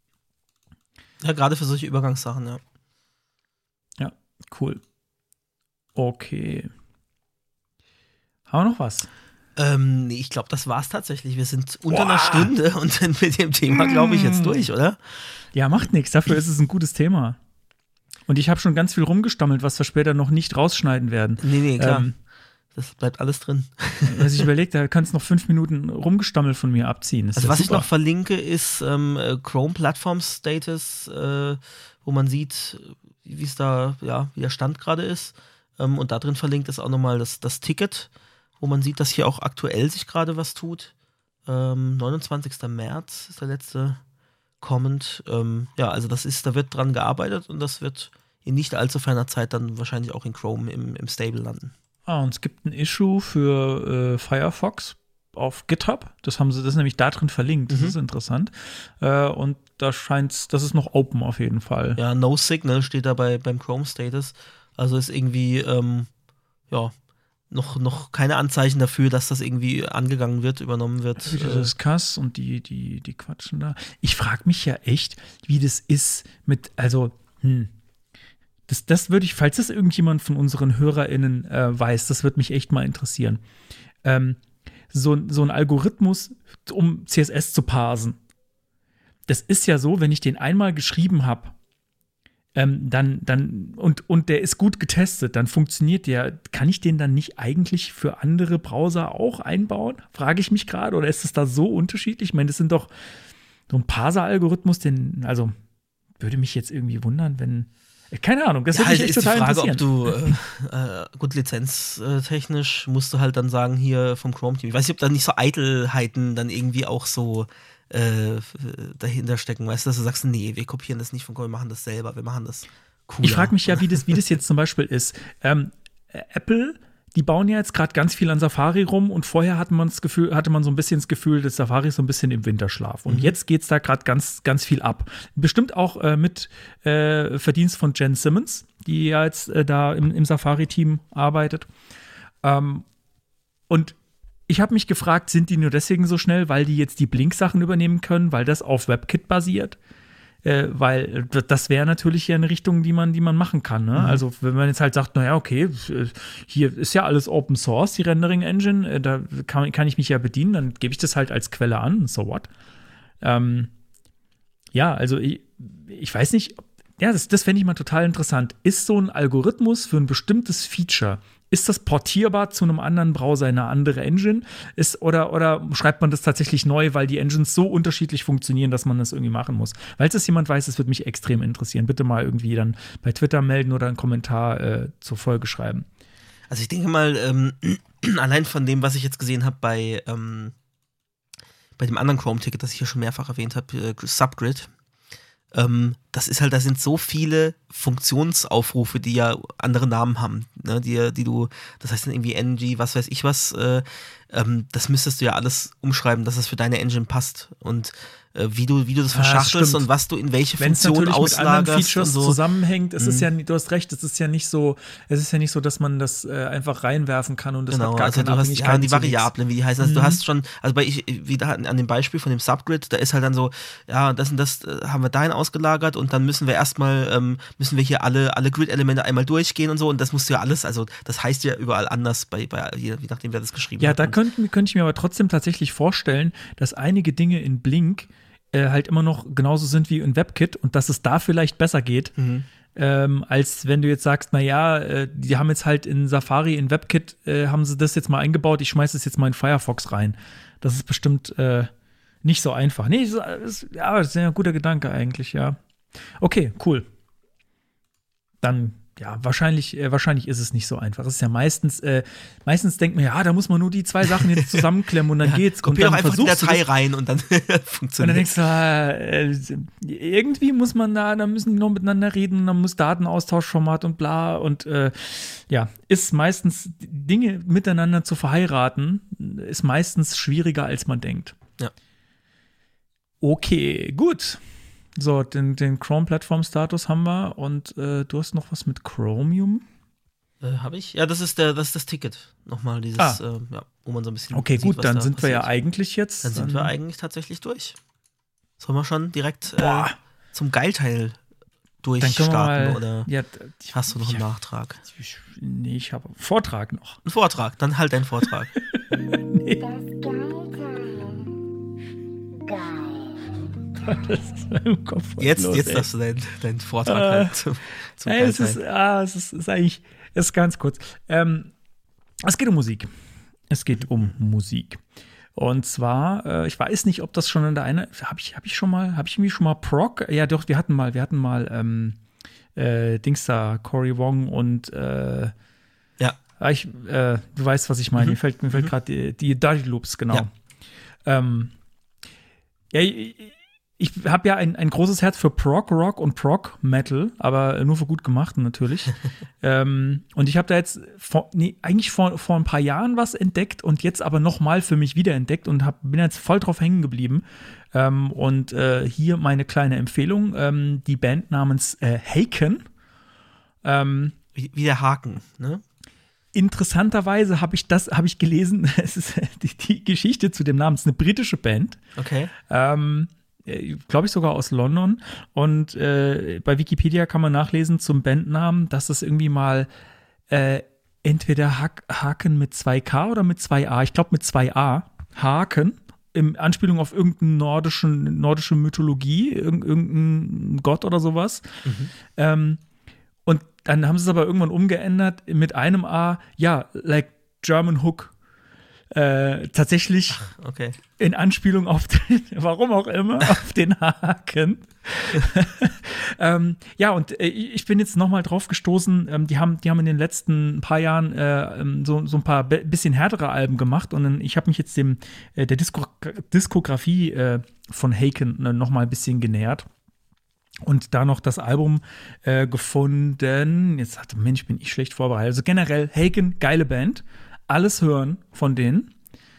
Ja, gerade für solche Übergangssachen, ja. Ja, cool. Okay. Haben wir noch was? Ähm, nee, ich glaube, das war's tatsächlich. Wir sind unter Boah. einer Stunde und sind mit dem Thema, glaube ich, jetzt durch, oder? Ja, macht nichts. Dafür ist es ein gutes Thema. Und ich habe schon ganz viel rumgestammelt, was wir später noch nicht rausschneiden werden. Nee, nee, klar. Ähm, das bleibt alles drin. Was ich überlegt, da kannst du noch fünf Minuten rumgestammelt von mir abziehen. Also was super. Ich noch verlinke, ist ähm, Chrome Platform Status, äh, wo man sieht, wie es da, ja, wie der Stand gerade ist. Ähm, und da drin verlinkt ist auch nochmal das, das Ticket, wo man sieht, dass hier auch aktuell sich gerade was tut. Ähm, neunundzwanzigster März ist der letzte Comment. Ähm, ja, also das ist, da wird dran gearbeitet und das wird in nicht allzu ferner Zeit dann wahrscheinlich auch in Chrome im, im Stable landen. Ah, und es gibt ein Issue für äh, Firefox auf GitHub. Das haben sie, das ist nämlich da drin verlinkt. Das mhm. ist interessant. Äh, und da scheint's, das ist noch open auf jeden Fall. Ja, No Signal steht da bei, beim Chrome-Status. Also ist irgendwie, ähm, ja, noch, noch keine Anzeichen dafür, dass das irgendwie angegangen wird, übernommen wird. Wieder das Kass und die, die, die quatschen da. Ich frage mich ja echt, wie das ist mit, also, hm, das, das würde ich, falls das irgendjemand von unseren HörerInnen äh, weiß, das würde mich echt mal interessieren. Ähm, so, so ein Algorithmus, um C S S zu parsen. Das ist ja so, wenn ich den einmal geschrieben habe, Ähm, dann, dann, und, und der ist gut getestet, dann funktioniert der. Kann ich den dann nicht eigentlich für andere Browser auch einbauen? Frage ich mich gerade. Oder ist es da so unterschiedlich? Ich meine, das sind doch so ein Parser-Algorithmus, den, also würde mich jetzt irgendwie wundern, wenn, Keine Ahnung, das ja, würde mich echt ist total die Frage, interessieren. ob du, äh, äh, gut, lizenztechnisch musst du halt dann sagen, hier vom Chrome-Team. Ich weiß nicht, ob da nicht so Eitelheiten dann irgendwie auch so äh, dahinter stecken, weißt du, dass du sagst, nee, wir kopieren das nicht von Chrome, wir machen das selber, wir machen das cooler. Ich frage mich ja, wie das, wie das jetzt zum Beispiel ist. Ähm, Apple, die bauen ja jetzt gerade ganz viel an Safari rum und vorher hatte man das Gefühl, hatte man so ein bisschen das Gefühl, dass Safari ist so ein bisschen im Winterschlaf. Und mhm. jetzt geht es da gerade ganz, ganz viel ab. Bestimmt auch äh, mit äh, Verdienst von Jen Simmons, die ja jetzt äh, da im, im Safari-Team arbeitet. Ähm, und ich habe mich gefragt, sind die nur deswegen so schnell, weil die jetzt die Blink-Sachen übernehmen können, weil das auf WebKit basiert? Äh, weil das wäre natürlich ja eine Richtung, die man, die man machen kann. Ne? Mhm. Also wenn man jetzt halt sagt, naja, okay, hier ist ja alles Open Source, die Rendering-Engine, äh, da kann, kann ich mich ja bedienen, dann gebe ich das halt als Quelle an, so what? Ähm, ja, also ich, ich weiß nicht, ja, das, das fände ich mal total interessant. Ist so ein Algorithmus für ein bestimmtes Feature, ist das portierbar zu einem anderen Browser, eine andere Engine? Ist, oder, oder schreibt man das tatsächlich neu, weil die Engines so unterschiedlich funktionieren, dass man das irgendwie machen muss? Falls das jemand weiß, das würde mich extrem interessieren. Bitte mal irgendwie dann bei Twitter melden oder einen Kommentar äh, zur Folge schreiben. Also ich denke mal, ähm, allein von dem, was ich jetzt gesehen habe bei, ähm, bei dem anderen Chrome-Ticket, das ich hier schon mehrfach erwähnt habe, äh, Subgrid, Ähm, das ist halt, da sind so viele Funktionsaufrufe, die ja andere Namen haben, ne, die, die du, das heißt dann irgendwie N G, was weiß ich was, äh, ähm, das müsstest du ja alles umschreiben, dass es für deine Engine passt und äh, wie du, wie du das ja, verschachtelst das und was du in welche Wenn's Funktion auslagerst. Wenn es mit Features so zusammenhängt, es mhm. ist ja, du hast recht, es ist ja nicht so, es ist ja nicht so, dass man das äh, einfach reinwerfen kann und das genau, hat gar also keine du hast Abhängigkeit ja die Variablen, wie die heißen. Also mhm. du hast schon, also bei ich, wieder an dem Beispiel von dem Subgrid, da ist halt dann so, ja, das und das äh, haben wir dahin ausgelagert und dann müssen wir erstmal, ähm, müssen wir hier alle, alle Grid-Elemente einmal durchgehen und so und das musst du ja alles, also das heißt ja überall anders, bei, bei je nachdem, wer das geschrieben ja, hat. Ja, da könnte könnt ich mir aber trotzdem tatsächlich vorstellen, dass einige Dinge in Blink äh, halt immer noch genauso sind wie in WebKit und dass es da vielleicht besser geht, mhm. ähm, als wenn du jetzt sagst, naja, äh, die haben jetzt halt in Safari, in WebKit, äh, haben sie das jetzt mal eingebaut, ich schmeiße es jetzt mal in Firefox rein. Das ist bestimmt äh, nicht so einfach. Nee, ist, ist, ja, das ist ja ein guter Gedanke eigentlich, ja. Okay, cool. Dann ja, wahrscheinlich, äh, wahrscheinlich ist es nicht so einfach. Es ist ja meistens, äh, meistens denkt man, ja, da muss man nur die zwei Sachen jetzt zusammenklemmen und dann ja, geht's. Kopier und dann dann einfach die Datei rein und dann funktioniert. Und dann denkst du, äh, irgendwie muss man da, da müssen die noch miteinander reden, dann muss Datenaustauschformat und bla und äh, ja, ist meistens, Dinge miteinander zu verheiraten, ist meistens schwieriger, als man denkt. Ja. Okay, gut. So, den, den Chrome-Plattform-Status haben wir und äh, du hast noch was mit Chromium? Äh, Habe ich? Ja, das ist der, das ist das Ticket. Nochmal dieses, ah. äh, ja, wo man so ein bisschen okay, sieht, gut, was dann da sind passiert. wir ja eigentlich jetzt. Dann sind wir eigentlich tatsächlich durch. Sollen wir schon direkt äh, zum Geilteil durchstarten mal, oder ja, hast du noch einen ja, Nachtrag? Ich, nee, ich habe einen Vortrag noch. Ein Vortrag, dann halt deinen Vortrag. nee. Das ist im Kopf jetzt los, jetzt ey. darfst du deinen, deinen Vortrag äh, halt zum, zum ey, es ist, ah, es ist, ist eigentlich, es ist ganz kurz. Ähm, es geht um Musik. Es geht um Musik. Und zwar, äh, ich weiß nicht, ob das schon in der eine, habe ich, hab ich schon mal, habe ich irgendwie schon mal Prog? Ja, doch, wir hatten mal, wir hatten mal ähm, äh, Dings da, Cory Wong und äh, ja. Ich, äh, du weißt, was ich meine. Mhm. Mir fällt, mir fällt mhm. gerade die, die Dirty Loops, genau. Ja, ähm, ja ich, ich habe ja ein, ein großes Herz für Prog Rock und Prog Metal, aber nur für gut gemachten natürlich. ähm, und ich habe da jetzt vor, nee, eigentlich vor, vor ein paar Jahren was entdeckt und jetzt aber nochmal für mich wiederentdeckt und hab, bin jetzt voll drauf hängen geblieben. Ähm, und äh, hier meine kleine Empfehlung: ähm, die Band namens äh, Haken. Ähm, wie, wie der Haken, ne? Interessanterweise habe ich das, habe ich gelesen, es ist die, die Geschichte zu dem Namen, es ist eine britische Band. Okay. Ähm, glaube ich sogar aus London. Und äh, bei Wikipedia kann man nachlesen zum Bandnamen, dass es irgendwie mal äh, entweder ha- Haken mit zwei K oder mit zwei A, ich glaube mit zwei A, Haken, in Anspielung auf irgendeine nordischen, nordische Mythologie, irg- irgendein Gott oder sowas. Mhm. Ähm, und dann haben sie es aber irgendwann umgeändert mit einem A, ja, like German Hook. Äh, tatsächlich Okay. in Anspielung auf den, warum auch immer, auf den Haken. ähm, ja, und äh, ich bin jetzt noch mal drauf gestoßen, ähm, die haben, die haben in den letzten paar Jahren äh, so, so ein paar be- bisschen härtere Alben gemacht und dann, ich habe mich jetzt dem äh, der Disko- Diskografie äh, von Haken äh, noch mal ein bisschen genähert. Und da noch das Album äh, gefunden. Jetzt sagte, Mensch, bin ich schlecht vorbereitet. Also generell, Haken, geile Band. Alles hören von denen.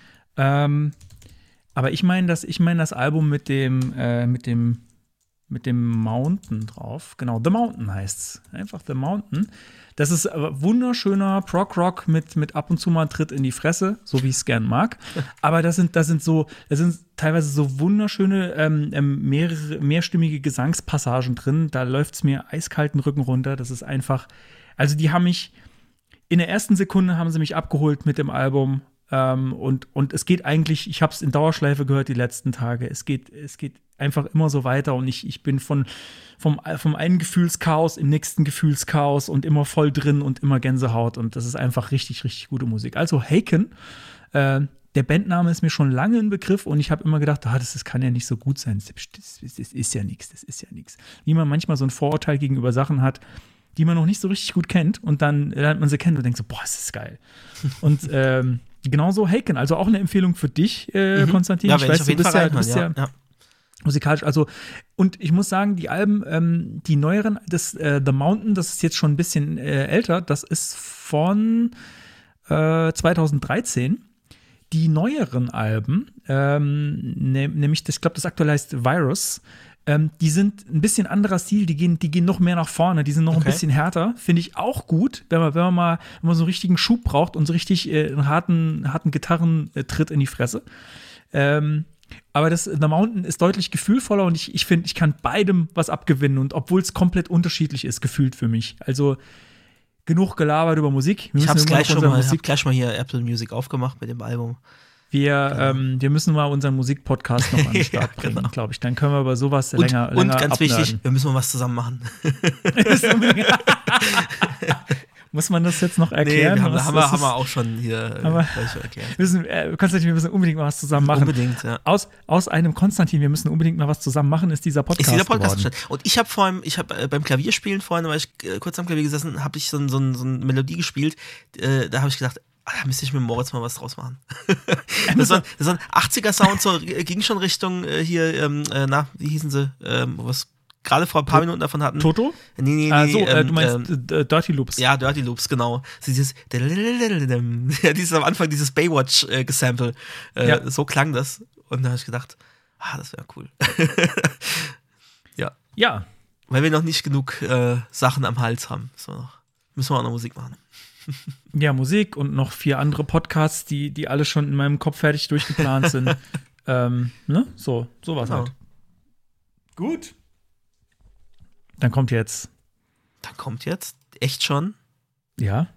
Ähm, aber ich meine das, ich meine das Album mit dem, äh, mit dem, mit dem Mountain drauf. Genau, The Mountain heißt's. Einfach The Mountain. Das ist aber wunderschöner Prog-Rock mit, mit ab und zu mal Tritt in die Fresse, so wie ich es gern mag. Aber das sind, das sind so, das sind teilweise so wunderschöne, ähm, mehrere, mehrstimmige Gesangspassagen drin. Da läuft es mir eiskalten Rücken runter. Das ist einfach, also die haben mich, in der ersten Sekunde haben sie mich abgeholt mit dem Album. Ähm, und, und es geht eigentlich, ich habe es in Dauerschleife gehört die letzten Tage. Es geht, es geht einfach immer so weiter und ich, ich bin von, vom, vom einen Gefühlschaos im nächsten Gefühlschaos und immer voll drin und immer Gänsehaut und das ist einfach richtig, richtig gute Musik. Also Haken, äh, der Bandname ist mir schon lange ein Begriff und ich habe immer gedacht, ah, das, das kann ja nicht so gut sein. Das, das, das ist ja nichts, das ist ja nichts. Wie man manchmal so ein Vorurteil gegenüber Sachen hat, die man noch nicht so richtig gut kennt und dann lernt man sie kennen und denkt so, boah, ist das geil. Und ähm, genauso Haken, also auch eine Empfehlung für dich, äh, mhm. Konstantin. Ja, ich ich weiß, auf du jeden bist Fall ja, du bist ja, ja. musikalisch, also und ich muss sagen, die Alben, ähm, die neueren, das äh, The Mountain, das ist jetzt schon ein bisschen äh, älter, das ist von äh, zwanzig dreizehn. Die neueren Alben, ähm, ne, nämlich, das, ich glaube, das aktuelle heißt Virus, ähm, die sind ein bisschen anderer Stil, die gehen, die gehen noch mehr nach vorne, die sind noch okay. ein bisschen härter, finde ich auch gut, wenn man, wenn man mal wenn man so einen richtigen Schub braucht und so richtig äh, einen harten, harten Gitarrentritt in die Fresse. Ähm, aber das The Mountain ist deutlich gefühlvoller und ich, ich finde, ich kann beidem was abgewinnen und obwohl es komplett unterschiedlich ist, gefühlt für mich. Also genug gelabert über Musik. Wir ich habe gleich, schon mal, hab gleich mal hier Apple Music aufgemacht mit dem Album. Wir, genau. ähm, wir müssen mal unseren Musikpodcast noch an den Start ja, bringen, genau. glaube ich. Dann können wir über sowas und, länger, und länger Und ganz abnörden. wichtig, wir müssen mal was zusammen machen. Muss man das jetzt noch erklären? Nee, wir haben, was, haben, was wir, haben wir auch schon hier aber, äh, erklärt. Wir müssen, äh, Konstantin, wir müssen unbedingt mal was zusammen machen. Unbedingt, ja. Aus, aus einem Konstantin, wir müssen unbedingt mal was zusammen machen, ist dieser Podcast Ist dieser Podcast geworden. Und ich habe vor allem, ich habe äh, beim Klavierspielen vorhin, weil ich äh, kurz am Klavier gesessen, habe ich so, so, so eine Melodie gespielt, äh, da habe ich gedacht, ah, da müsste ich mit Moritz mal was draus machen. das, war, das war ein achtziger-Sound, so, ging schon Richtung äh, hier, ähm, äh, na, wie hießen sie, ähm, was gerade vor ein paar Minuten davon hatten. Toto? Nee, nee, nee. Ah, so, äh, ähm, du meinst ähm, äh, Dirty Loops. Ja, Dirty Loops, genau. So dieses, ja, dieses am Anfang, dieses Baywatch-Gesample. Äh, ja. So klang das. Und da habe ich gedacht, ah, das wäre cool. ja. Ja. Weil wir noch nicht genug äh, Sachen am Hals haben. So noch, müssen wir auch noch Musik machen. Ja, Musik und noch vier andere Podcasts, die, die alle schon in meinem Kopf fertig durchgeplant sind. ähm, ne? So, sowas genau. halt. Gut. Dann kommt jetzt. Dann kommt jetzt? Echt schon? Ja.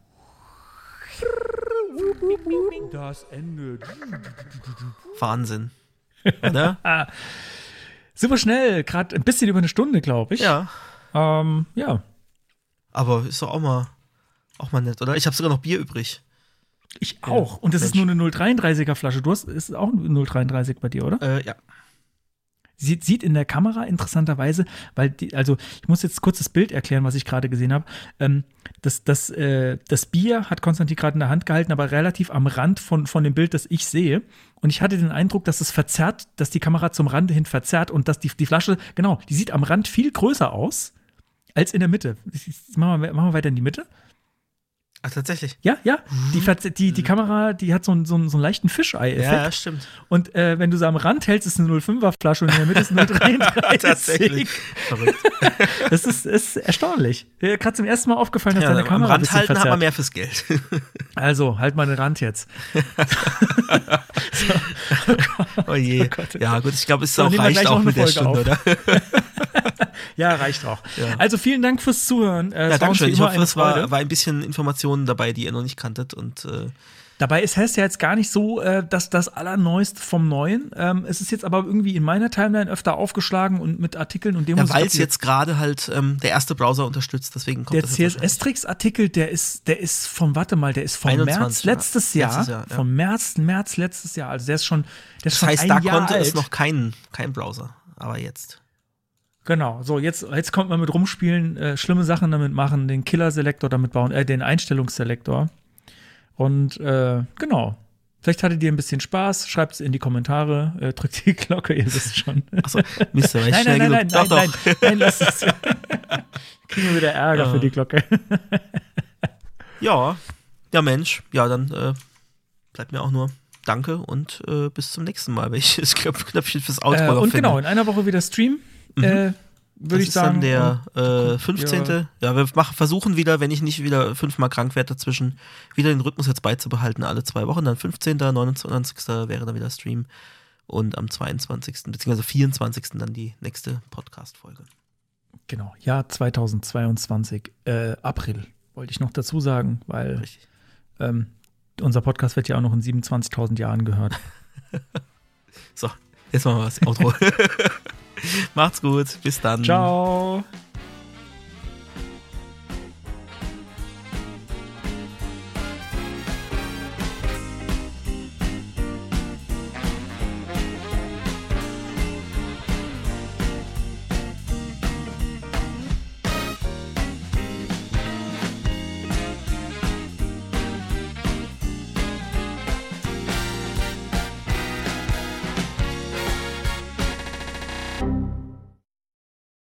Das Ende. Wahnsinn. Oder? Super schnell, gerade ein bisschen über eine Stunde, glaube ich. Ja. Ähm, ja. Aber ist doch auch mal, auch mal nett, oder? Ich habe sogar noch Bier übrig. Ich auch. Und das Mensch. Ist nur eine null dreiunddreißiger Flasche. Du hast, ist auch eine null dreiunddreißig bei dir, oder? Äh, ja. Sieht, sieht in der Kamera interessanterweise, weil, die, also ich muss jetzt kurz das Bild erklären, was ich gerade gesehen habe. Ähm, das, das, äh, das Bier hat Konstantin gerade in der Hand gehalten, aber relativ am Rand von, von dem Bild, das ich sehe. Und ich hatte den Eindruck, dass es verzerrt, dass die Kamera zum Rande hin verzerrt und dass die, die Flasche, genau, die sieht am Rand viel größer aus als in der Mitte. Machen wir, machen wir weiter in die Mitte. Ach, tatsächlich? Ja, ja. Die, die, die Kamera, die hat so einen, so einen, so einen leichten Fischei-Effekt. Ja, stimmt. Und äh, wenn du sie am Rand hältst, ist eine null Komma fünfer Flasche und in der Mitte ist eine null Komma dreiunddreißig. Tatsächlich. Verrückt. Das ist, ist erstaunlich. Mir gerade zum ersten Mal aufgefallen, dass ja, deine Kamera am Rand ein bisschen halten verzerrt. hat man mehr fürs Geld. Also, halt mal den Rand jetzt. so. Oh, oh je. Oh Gott. Ja, gut, ich glaube, es so, auch reicht auch mit der Stunde, auf. oder? Ja, reicht auch. Ja. Also vielen Dank fürs Zuhören. Äh, ja, danke schön. Ich hoffe, es war, war war ein bisschen Informationen dabei, die ihr noch nicht kanntet. Und, äh, Dabei ist es ja jetzt gar nicht so, äh, dass das Allerneueste vom Neuen. Ähm, es ist jetzt aber irgendwie in meiner Timeline öfter aufgeschlagen und mit Artikeln und Demos. Ja, weil es jetzt gerade halt ähm, der erste Browser unterstützt, deswegen kommt der das C S S-Tricks-Artikel, der ist, der ist vom, warte mal, der ist vom einundzwanzig, März letztes ja. Jahr. Letztes Jahr ja. Vom März, März letztes Jahr. Also der ist schon, der ist Das schon heißt, ein da Jahr konnte alt. es noch kein, kein Browser, aber jetzt. Genau, so jetzt, jetzt kommt man mit rumspielen, äh, schlimme Sachen damit machen, den Killer-Selektor damit bauen, äh, den Einstellungsselektor. Und äh, genau. Vielleicht hattet ihr ein bisschen Spaß, schreibt es in die Kommentare, äh, drückt die Glocke, ihr wisst schon. Achso, Mist, war ich nein, schnell nein, nein, genug. nein, Doch, nein, doch. nein, nein, lass es. Kriegen wir wieder Ärger Ja. für die Glocke. Ja, ja Mensch, ja, dann äh, bleibt mir auch nur Danke und äh, bis zum nächsten Mal, wenn ich das Knöpfchen fürs Outro Äh, noch und finde. genau, in einer Woche wieder Stream, Mhm. äh, würde Das ich ist sagen. dann der Und- äh, fünfzehnte Ja, wir machen, versuchen wieder, wenn ich nicht wieder fünfmal krank werde dazwischen, wieder den Rhythmus jetzt beizubehalten, alle zwei Wochen. Dann fünfzehnten neunundzwanzigsten wäre dann wieder Stream und am zweiundzwanzigsten beziehungsweise vierundzwanzigsten dann die nächste Podcast-Folge. Genau, Jahr zweitausendzweiundzwanzig, äh, April, wollte ich noch dazu sagen, weil Richtig. ähm, unser Podcast wird ja auch noch in siebenundzwanzigtausend Jahren gehört. So, jetzt machen wir das Outro. Macht's gut, bis dann. Ciao!